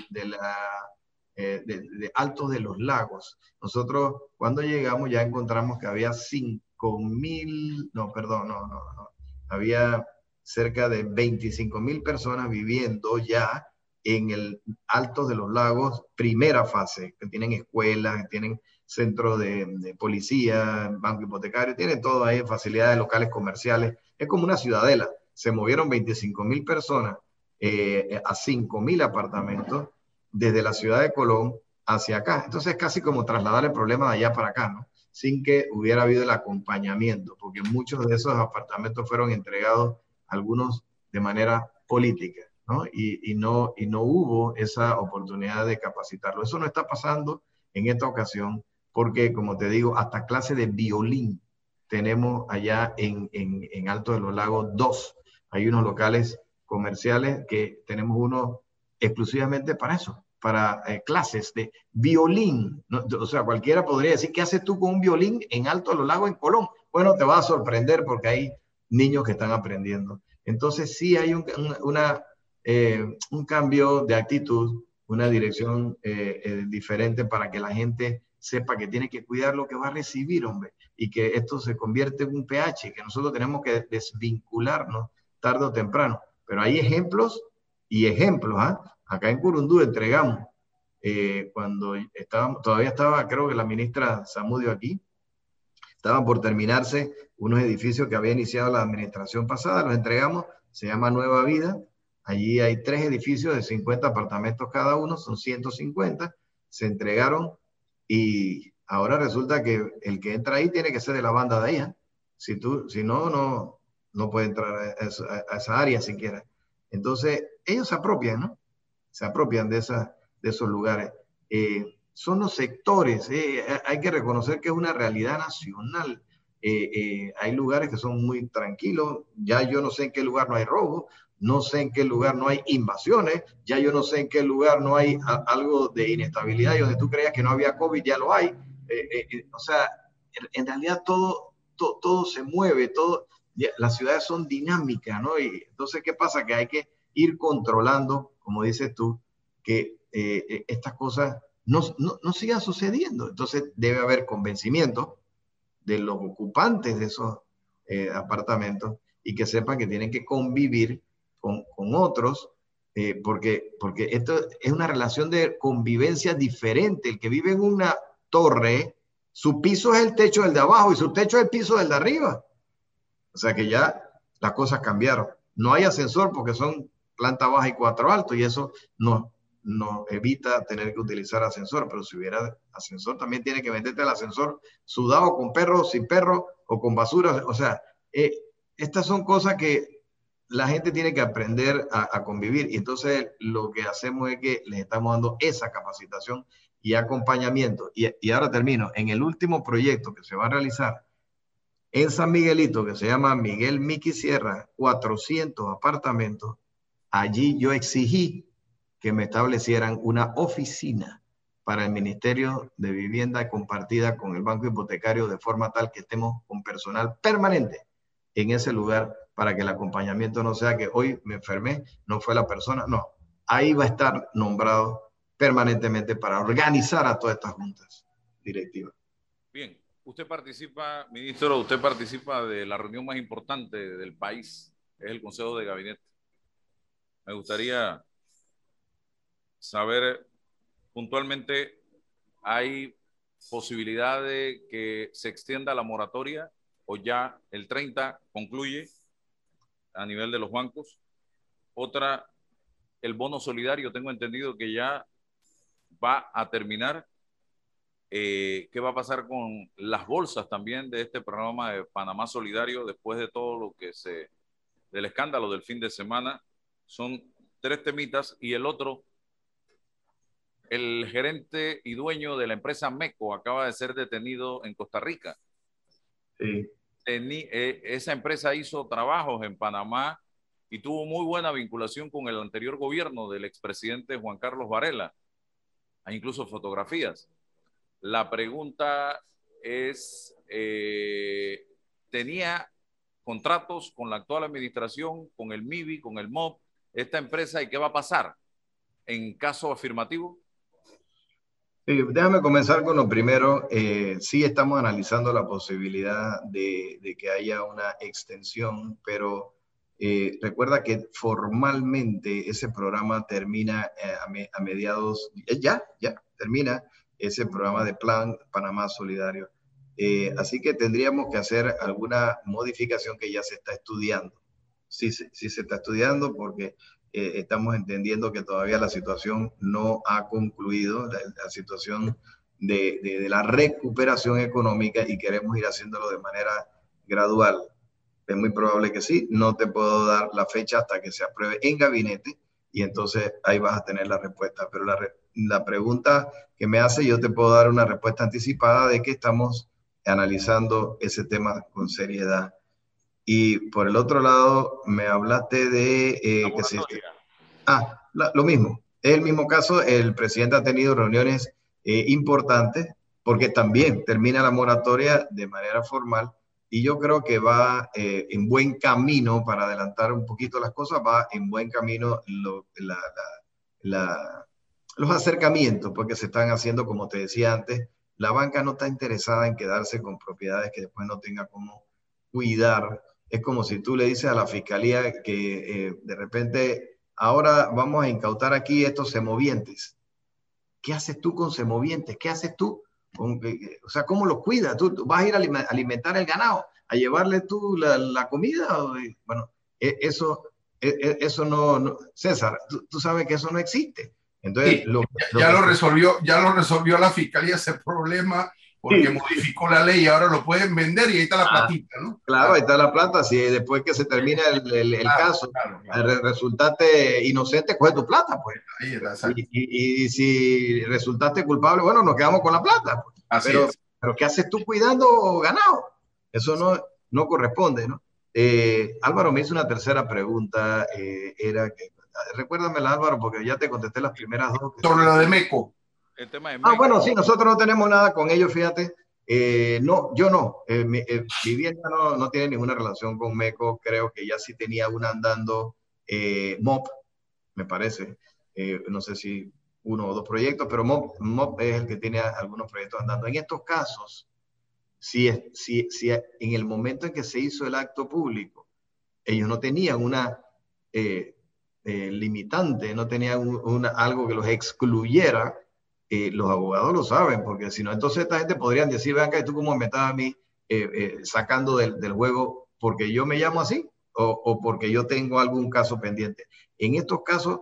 S3: Altos de los Lagos. Nosotros cuando llegamos ya encontramos que había 5.000, había cerca de 25.000 personas viviendo ya en el Altos de los Lagos, primera fase, que tienen escuelas, que tienen centro de policía, banco hipotecario, tiene todo ahí, facilidades locales comerciales. Es como una ciudadela. Se movieron 25.000 personas a 5.000 apartamentos desde la ciudad de Colón hacia acá. Entonces es casi como trasladar el problema de allá para acá, ¿no? Sin que hubiera habido el acompañamiento, porque muchos de esos apartamentos fueron entregados, algunos de manera política, ¿no? Y no hubo esa oportunidad de capacitarlo. Eso no está pasando en esta ocasión, porque, como te digo, hasta clase de violín tenemos allá en Alto de los Lagos 2. Hay unos locales comerciales que tenemos uno exclusivamente para eso, para clases de violín, ¿no? O sea, cualquiera podría decir, ¿qué haces tú con un violín en Alto de los Lagos, en Colón? Bueno, te va a sorprender porque hay niños que están aprendiendo. Entonces sí hay un cambio de actitud, una dirección diferente para que la gente sepa que tiene que cuidar lo que va a recibir, hombre, y que esto se convierte en un PH, que nosotros tenemos que desvincularnos tarde o temprano. Pero hay ejemplos y ejemplos, ¿ah? Acá en Curundú entregamos, cuando todavía estaba, creo que la ministra Zamudio aquí, estaban por terminarse unos edificios que había iniciado la administración pasada, los entregamos, se llama Nueva Vida. Allí hay 3 edificios de 50 apartamentos cada uno, son 150, se entregaron y ahora resulta que el que entra ahí tiene que ser de la banda de ella. Si no puede entrar a esa área siquiera. Entonces, ellos se apropian, ¿no? Se apropian de esos lugares. Son los sectores, hay que reconocer que es una realidad nacional. Hay lugares que son muy tranquilos, ya yo no sé en qué lugar no hay robo, no sé en qué lugar no hay invasiones, ya yo no sé en qué lugar no hay algo de inestabilidad y donde tú creías que no había COVID ya lo hay. O sea, en realidad todo se mueve, las ciudades son dinámicas, ¿no? Y entonces, ¿qué pasa? Que hay que ir controlando, como dices tú, que estas cosas no sigan sucediendo. Entonces debe haber convencimiento de los ocupantes de esos apartamentos y que sepan que tienen que convivir con otros, porque esto es una relación de convivencia diferente. El que vive en una torre, su piso es el techo del de abajo y su techo es el piso del de arriba. O sea que ya las cosas cambiaron. No hay ascensor porque son planta baja y 4 altos y eso nos evita tener que utilizar ascensor, pero si hubiera ascensor también tiene que meterte al ascensor sudado con perro, sin perro o con basura. O sea, estas son cosas que la gente tiene que aprender a convivir, y entonces lo que hacemos es que les estamos dando esa capacitación y acompañamiento. Y ahora termino. En el último proyecto que se va a realizar en San Miguelito, que se llama Miguel Miki Sierra, 400 apartamentos, allí yo exigí que me establecieran una oficina para el Ministerio de Vivienda compartida con el Banco Hipotecario, de forma tal que estemos con personal permanente en ese lugar, para que el acompañamiento no sea que hoy me enfermé, no fue la persona, no. Ahí va a estar nombrado permanentemente para organizar a todas estas juntas directivas.
S1: Bien, usted participa, ministro, usted participa de la reunión más importante del país, es el Consejo de Gabinete. Me gustaría saber puntualmente, ¿hay posibilidad de que se extienda la moratoria o ya el 30 concluye a nivel de los bancos? Otra, el bono solidario, tengo entendido que ya va a terminar. ¿Qué va a pasar con las bolsas también de este programa de Panamá Solidario después de todo lo que del escándalo del fin de semana? Son 3 temitas. Y el otro, el gerente y dueño de la empresa MECO acaba de ser detenido en Costa Rica.
S3: Sí.
S1: Esa empresa hizo trabajos en Panamá y tuvo muy buena vinculación con el anterior gobierno del expresidente Juan Carlos Varela. Hay incluso fotografías. La pregunta es, ¿tenía contratos con la actual administración, con el MIBI, con el MOB, esta empresa, y qué va a pasar en caso afirmativo?
S3: Sí, déjame comenzar con lo primero. Sí estamos analizando la posibilidad de que haya una extensión, pero recuerda que formalmente ese programa termina a mediados, ya termina ese programa de Plan Panamá Solidario. Así que tendríamos que hacer alguna modificación que ya se está estudiando. Sí se está estudiando porque estamos entendiendo que todavía la situación no ha concluido, la situación de la recuperación económica, y queremos ir haciéndolo de manera gradual. Es muy probable que sí, no te puedo dar la fecha hasta que se apruebe en gabinete, y entonces ahí vas a tener la respuesta. Pero la pregunta que me hace, yo te puedo dar una respuesta anticipada de que estamos analizando ese tema con seriedad. Y por el otro lado, me hablaste de lo mismo. Es el mismo caso. El presidente ha tenido reuniones importantes, porque también termina la moratoria de manera formal, y yo creo que va en buen camino. Para adelantar un poquito las cosas, va en buen camino los acercamientos, porque se están haciendo, como te decía antes. La banca no está interesada en quedarse con propiedades que después no tenga cómo cuidar. Es como si tú le dices a la fiscalía que de repente, ahora vamos a incautar aquí estos semovientes. ¿Qué haces tú con semovientes? ¿Qué haces tú? O sea, ¿cómo los cuidas? ¿Tú vas a ir a alimentar el ganado, a llevarle tú la comida? Bueno, eso no, César, tú sabes que eso no existe. Entonces,
S2: sí, ya lo resolvió la fiscalía ese problema, porque modificó la ley y ahora lo pueden vender, y ahí está la platita, ¿no?
S3: Claro, ahí está la plata. Si después que se termina el caso, resultaste inocente, coge tu plata, pues.
S2: Ahí está,
S3: y si resultaste culpable, bueno, nos quedamos con la plata, pues. Pero ¿qué haces tú cuidando ganado? Eso no corresponde, ¿no? Álvaro me hizo una tercera pregunta, recuérdamela, Álvaro, porque ya te contesté las primeras dos.
S2: Sobre lo de MECO.
S1: El tema de MECO.
S3: Bueno, sí, nosotros no tenemos nada con ellos, fíjate. No, yo no. Vivienda no tiene ninguna relación con MECO. Creo que ya sí tenía una andando, MOP, me parece. No sé si 1 o 2 proyectos, pero MOP es el que tiene algunos proyectos andando. En estos casos, si en el momento en que se hizo el acto público, ellos no tenían una limitante, no tenían algo que los excluyera, los abogados lo saben, porque si no, entonces esta gente podrían decir, vean que tú cómo me estás a mí sacando del juego porque yo me llamo así, o porque yo tengo algún caso pendiente. En estos casos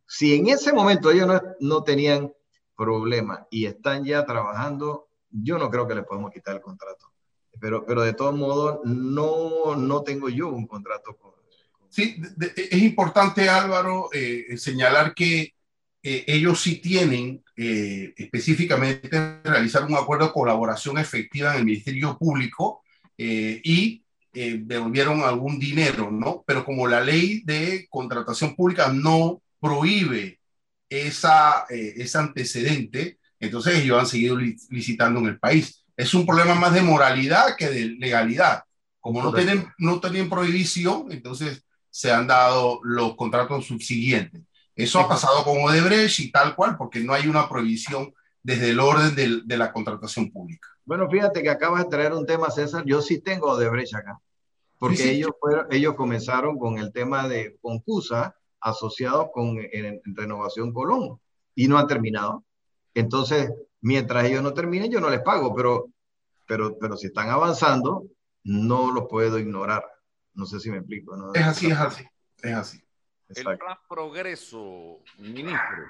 S3: Si en ese momento ellos no tenían problema y están ya trabajando, yo no creo que les podemos quitar el contrato. Pero de todos modos, no tengo yo un contrato con...
S2: Sí, es importante, Álvaro, señalar que ellos sí tienen específicamente realizar un acuerdo de colaboración efectiva en el Ministerio Público y devolvieron algún dinero, ¿no? Pero como la ley de contratación pública no prohíbe ese antecedente, entonces ellos han seguido licitando en el país. Es un problema más de moralidad que de legalidad. Como no tienen prohibición, entonces se han dado los contratos subsiguientes. Eso ha pasado con Odebrecht y tal cual, porque no hay una prohibición desde el orden de la contratación pública.
S3: Bueno, fíjate que acabas de traer un tema, César. Yo sí tengo Odebrecht acá, porque sí. Ellos comenzaron con el tema de Concusa asociados con en Renovación Colón y no han terminado. Entonces, mientras ellos no terminen, yo no les pago, pero si están avanzando, no los puedo ignorar. No sé si me explico, ¿no?
S2: Es así. Exacto.
S1: El Plan Progreso, ministro.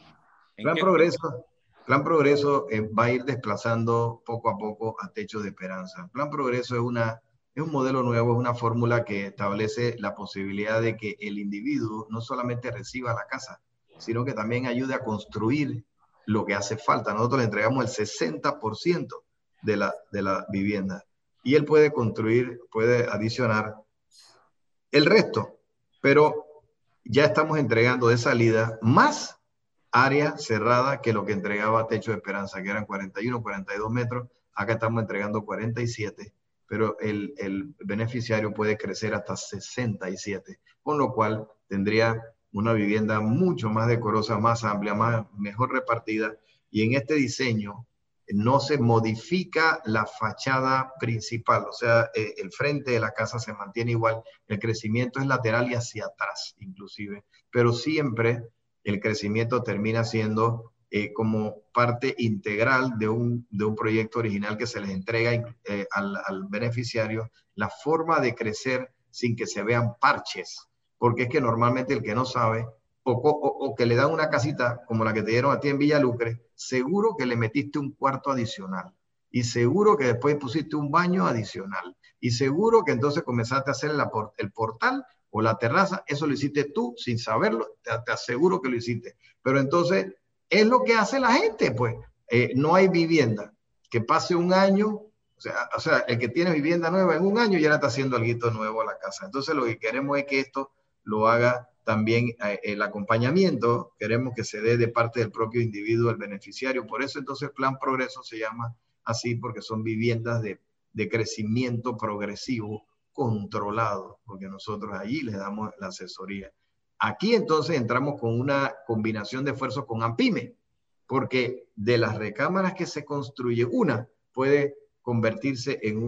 S3: Plan Progreso va a ir desplazando poco a poco a Techo de Esperanza. Plan Progreso es un modelo nuevo, es una fórmula que establece la posibilidad de que el individuo no solamente reciba la casa, sino que también ayude a construir lo que hace falta. Nosotros le entregamos el 60% de la vivienda y él puede construir, puede adicionar el resto, pero ya estamos entregando de salida más área cerrada que lo que entregaba Techo de Esperanza, que eran 41, 42 metros. Acá estamos entregando 47, pero el beneficiario puede crecer hasta 67, con lo cual tendría una vivienda mucho más decorosa, más amplia, mejor repartida. Y en este diseño no se modifica la fachada principal, o sea, el frente de la casa se mantiene igual, el crecimiento es lateral y hacia atrás inclusive, pero siempre el crecimiento termina siendo como parte integral de un proyecto original que se les entrega al beneficiario, la forma de crecer sin que se vean parches, porque es que normalmente el que no sabe, o que le dan una casita como la que te dieron a ti en Villalucre, seguro que le metiste un cuarto adicional, y seguro que después pusiste un baño adicional, y seguro que entonces comenzaste a hacer el portal o la terraza, eso lo hiciste tú sin saberlo, te aseguro que lo hiciste. Pero entonces es lo que hace la gente, pues. No hay vivienda que pase un año, o sea, el que tiene vivienda nueva en un año ya le está haciendo algo nuevo a la casa. Entonces lo que queremos es que esto lo haga también el acompañamiento, queremos que se dé de parte del propio individuo, el beneficiario. Por eso entonces Plan Progreso se llama así, porque son viviendas de crecimiento progresivo controlado, porque nosotros allí les damos la asesoría. Aquí entonces entramos con una combinación de esfuerzos con AMPIME, porque de las recámaras que se construye, una puede convertirse en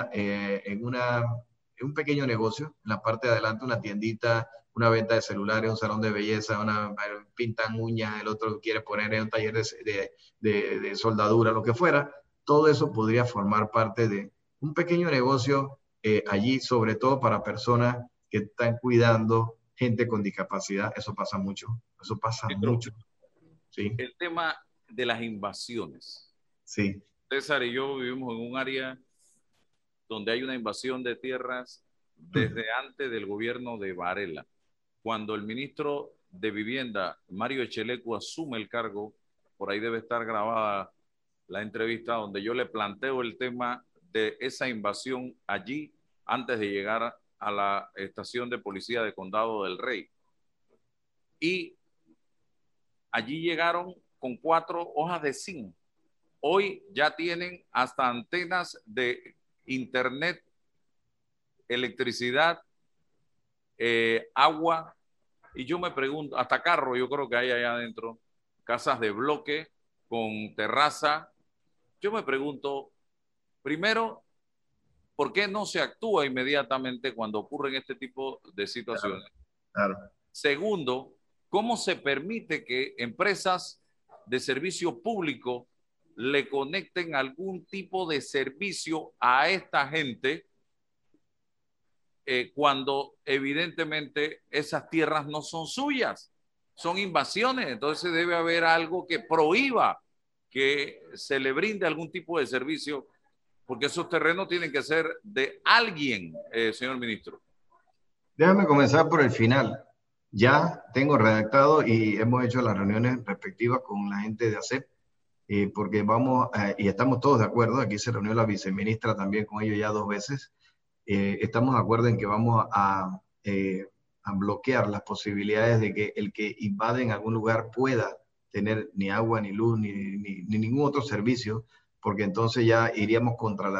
S3: un pequeño negocio, en la parte de adelante una tiendita, una venta de celulares, un salón de belleza, pintan uñas, el otro quiere poner en un taller de soldadura, lo que fuera. Todo eso podría formar parte de un pequeño negocio allí, sobre todo para personas que están cuidando gente con discapacidad. Eso pasa mucho, mucho. ¿Sí?
S1: El tema de las invasiones.
S3: Sí.
S1: César y yo vivimos en un área donde hay una invasión de tierras desde antes del gobierno de Varela. Cuando el ministro de Vivienda, Mario Echelecu, asume el cargo, por ahí debe estar grabada la entrevista donde yo le planteo el tema de esa invasión allí antes de llegar a la estación de policía de Condado del Rey. Y allí llegaron con 4 hojas de zinc. Hoy ya tienen hasta antenas de internet, electricidad, agua, y yo me pregunto, hasta carro yo creo que hay allá adentro, casas de bloque con terraza. Yo me pregunto, primero, ¿por qué no se actúa inmediatamente cuando ocurren este tipo de situaciones?
S3: Claro.
S1: Segundo, ¿cómo se permite que empresas de servicio público le conecten algún tipo de servicio a esta gente cuando evidentemente esas tierras no son suyas? son invasiones. Entonces debe haber algo que prohíba que se le brinde algún tipo de servicio, porque esos terrenos tienen que ser de alguien, señor ministro.
S3: Déjame comenzar por el final. Ya tengo redactado y hemos hecho las reuniones respectivas con la gente de ACEP, porque vamos, y estamos todos de acuerdo, aquí se reunió la viceministra también con ellos ya 2 veces, estamos de acuerdo en que vamos a bloquear las posibilidades de que el que invade en algún lugar pueda tener ni agua, ni luz, ni ningún otro servicio, porque entonces ya iríamos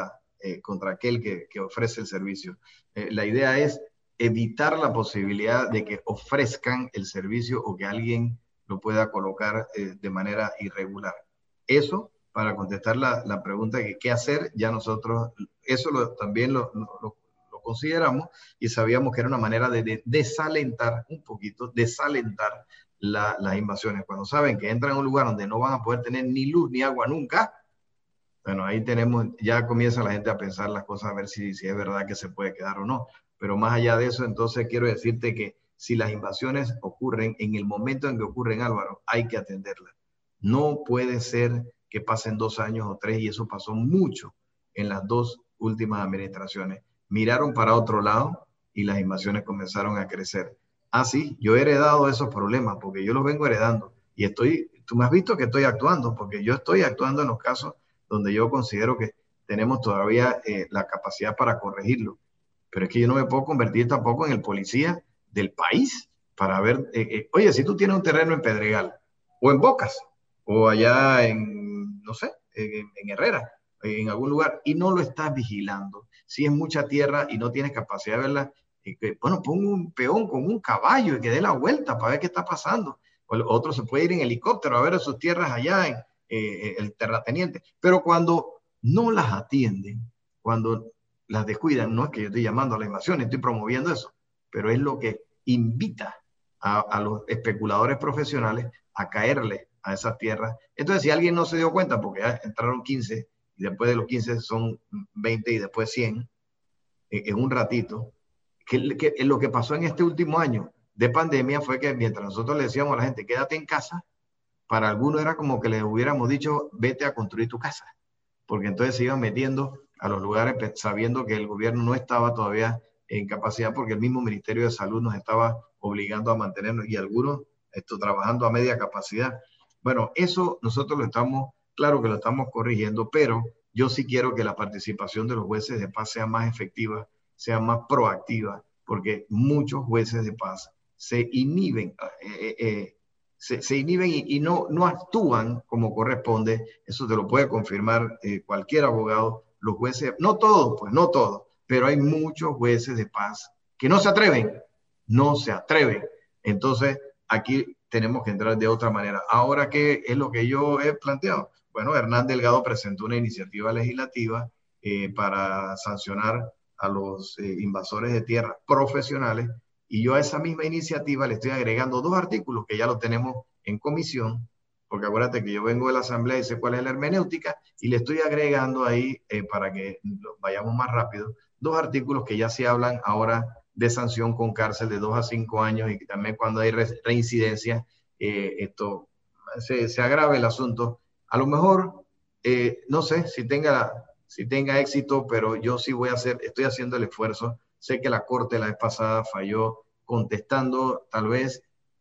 S3: contra aquel que ofrece el servicio. La idea es evitar la posibilidad de que ofrezcan el servicio o que alguien lo pueda colocar de manera irregular. Eso, para contestar la pregunta de qué hacer, ya nosotros eso también lo consideramos y sabíamos que era una manera de desalentar un poquito, desalentar las invasiones. Cuando saben que entran a un lugar donde no van a poder tener ni luz ni agua nunca, bueno, ahí tenemos, ya comienza la gente a pensar las cosas, a ver si es verdad que se puede quedar o no. Pero más allá de eso, entonces quiero decirte que si las invasiones ocurren en el momento en que ocurren, Álvaro, hay que atenderlas. No puede ser que pasen 2 años o 3, y eso pasó mucho en las 2 últimas administraciones. Miraron para otro lado y las invasiones comenzaron a crecer. Sí, yo he heredado esos problemas porque yo los vengo heredando y tú me has visto que estoy actuando, porque yo estoy actuando en los casos donde yo considero que tenemos todavía la capacidad para corregirlo. Pero es que yo no me puedo convertir tampoco en el policía del país para ver, oye, si tú tienes un terreno en Pedregal, o en Bocas, o allá en, no sé, en Herrera, en algún lugar, y no lo estás vigilando, si es mucha tierra y no tienes capacidad de verla, bueno, pon un peón con un caballo y que dé la vuelta para ver qué está pasando. O otro se puede ir en helicóptero a ver sus tierras allá en el terrateniente. Pero cuando no las atienden, cuando las descuidan, no es que yo estoy llamando a la invasión, estoy promoviendo eso, pero es lo que invita a los especuladores profesionales a caerle a esas tierras. Entonces, si alguien no se dio cuenta, porque ya entraron 15, y después de los 15 son 20 y después 100, en un ratito, que lo que pasó en este último año de pandemia fue que mientras nosotros le decíamos a la gente, quédate en casa, para algunos era como que les hubiéramos dicho, vete a construir tu casa, porque entonces se iban metiendo a los lugares sabiendo que el gobierno no estaba todavía en capacidad, porque el mismo Ministerio de Salud nos estaba obligando a mantenernos y algunos trabajando a media capacidad. Bueno, eso nosotros claro que lo estamos corrigiendo, pero yo sí quiero que la participación de los jueces de paz sea más efectiva, sea más proactiva, porque muchos jueces de paz se inhiben, se inhiben y no actúan como corresponde. Eso te lo puede confirmar cualquier abogado. Los jueces, no todos, pues no todos, pero hay muchos jueces de paz que no se atreven. Entonces, aquí tenemos que entrar de otra manera. Ahora, ¿qué es lo que yo he planteado? Bueno, Hernán Delgado presentó una iniciativa legislativa para sancionar a los invasores de tierra profesionales, y yo a esa misma iniciativa le estoy agregando 2 artículos que ya lo tenemos en comisión, porque acuérdate que yo vengo de la asamblea y sé cuál es la hermenéutica, y le estoy agregando ahí, para que vayamos más rápido, 2 artículos que ya se hablan ahora de sanción con cárcel de 2 a 5 años, y que también cuando hay reincidencia, se agrave el asunto. A lo mejor, no sé si tenga éxito, pero yo sí estoy haciendo el esfuerzo. Sé que la Corte la vez pasada falló contestando, tal vez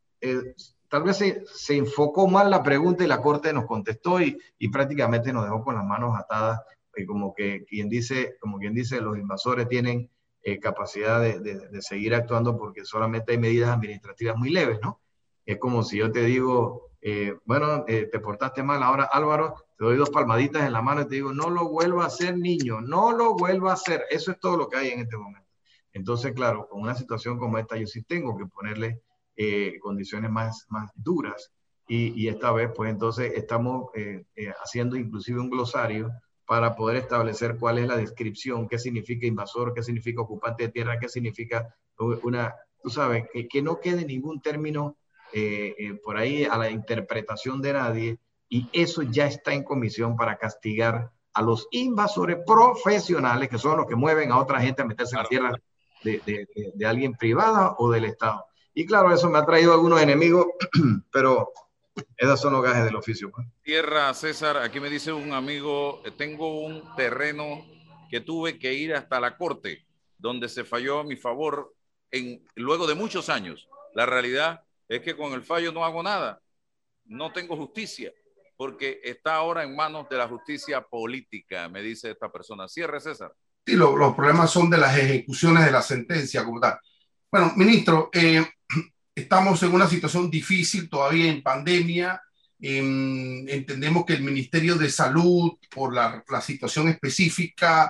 S3: se enfocó mal la pregunta y la Corte nos contestó y prácticamente nos dejó con las manos atadas, como quien dice, los invasores tienen capacidad de seguir actuando porque solamente hay medidas administrativas muy leves, ¿no? Es como si yo te digo, te portaste mal, ahora Álvaro, te doy 2 palmaditas en la mano y te digo, no lo vuelva a hacer, niño, no lo vuelva a hacer. Eso es todo lo que hay en este momento. Entonces, claro, con una situación como esta, yo sí tengo que ponerle condiciones más duras, y esta vez, pues entonces estamos haciendo inclusive un glosario para poder establecer cuál es la descripción, qué significa invasor, qué significa ocupante de tierra, qué significa tú sabes, que no quede ningún término por ahí a la interpretación de nadie, y eso ya está en comisión para castigar a los invasores profesionales, que son los que mueven a otra gente a meterse en la tierra de alguien privada o del Estado. Y claro, eso me ha traído algunos enemigos, pero esos son los gajes del oficio. Pues.
S1: Tierra, César, aquí me dice un amigo, tengo un terreno que tuve que ir hasta la corte, donde se falló a mi favor luego de muchos años. La realidad es que con el fallo no hago nada, no tengo justicia, porque está ahora en manos de la justicia política, me dice esta persona. Cierre, César.
S2: Sí, los problemas son de las ejecuciones de la sentencia como tal. Bueno, ministro, estamos en una situación difícil todavía en pandemia. Entendemos que el Ministerio de Salud, por la situación específica,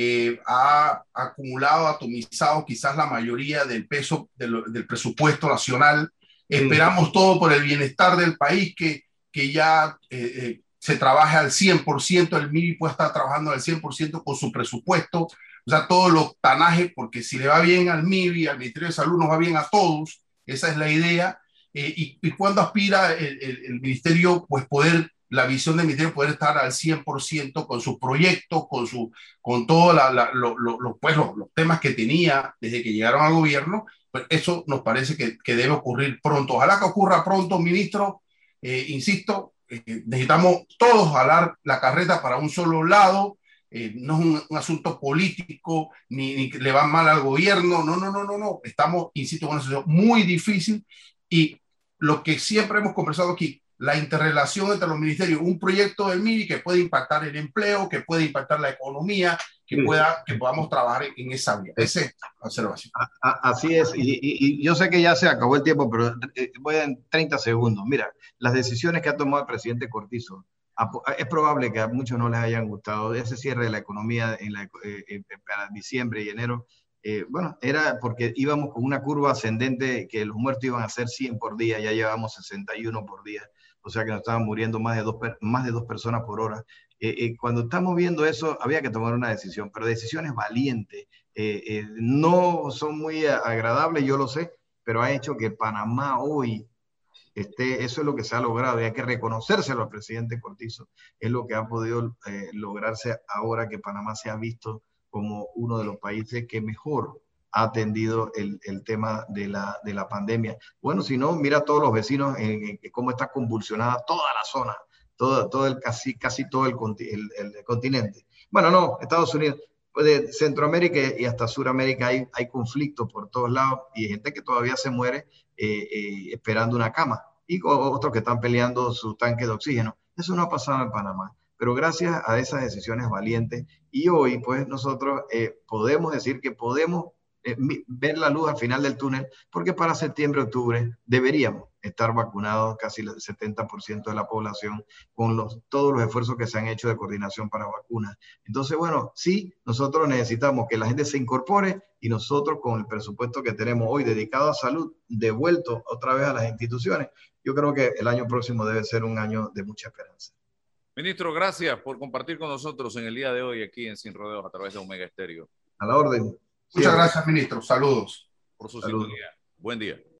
S2: ha acumulado, atomizado quizás la mayoría del peso del presupuesto nacional. Esperamos todo por el bienestar del país, que ya se trabaje al 100%, el MIBI puede estar trabajando al 100% con su presupuesto, o sea, todo lo tanaje, porque si le va bien al MIBI, al Ministerio de Salud, nos va bien a todos, esa es la idea. Y cuando aspira el ministerio, pues poder, la visión del ministerio, poder estar al 100% con sus proyectos, con todos los temas que tenía desde que llegaron al gobierno, pues eso nos parece que debe ocurrir pronto. Ojalá que ocurra pronto, ministro. Insisto, necesitamos todos jalar la carreta para un solo lado. No es un asunto político, ni le va mal al gobierno, no. Estamos, insisto, en una situación muy difícil y lo que siempre hemos conversado aquí, la interrelación entre los ministerios, un proyecto del MIBI que puede impactar el empleo, que puede impactar la economía, que podamos trabajar en esa vía. Esa es la observación.
S3: Así es, y yo sé que ya se acabó el tiempo, pero voy en 30 segundos. Mira, las decisiones que ha tomado el presidente Cortizo, es probable que a muchos no les hayan gustado ese cierre de la economía para diciembre y enero. Bueno, era porque íbamos con una curva ascendente que los muertos iban a ser 100 por día, ya llevamos 61 por día, o sea que nos estaban muriendo más de dos personas por hora. Cuando estamos viendo eso, había que tomar una decisión, pero decisiones valientes. No son muy agradables, yo lo sé, pero ha hecho que Panamá hoy eso es lo que se ha logrado y hay que reconocérselo al presidente Cortizo. Es lo que ha podido lograrse ahora que Panamá se ha visto como uno de los países que mejor ha atendido el tema de la pandemia. Bueno, si no, mira a todos los vecinos cómo está convulsionada toda la zona, casi todo el continente. Bueno, no, Estados Unidos, de Centroamérica y hasta Suramérica hay conflictos por todos lados y hay gente que todavía se muere esperando una cama y otros que están peleando su tanque de oxígeno. Eso no ha pasado en Panamá, pero gracias a esas decisiones valientes y hoy pues nosotros podemos decir que podemos ver la luz al final del túnel, porque para septiembre, octubre deberíamos estar vacunados casi el 70% de la población con todos los esfuerzos que se han hecho de coordinación para vacunas. Entonces, bueno, sí, nosotros necesitamos que la gente se incorpore y nosotros con el presupuesto que tenemos hoy dedicado a salud, devuelto otra vez a las instituciones, yo creo que el año próximo debe ser un año de mucha esperanza.
S1: Ministro, gracias por compartir con nosotros en el día de hoy aquí en Sin Rodeos a través de Omega Estéreo.
S3: A la orden.
S2: Muchas gracias, ministro. Saludos.
S1: Por su sintonía. Buen día.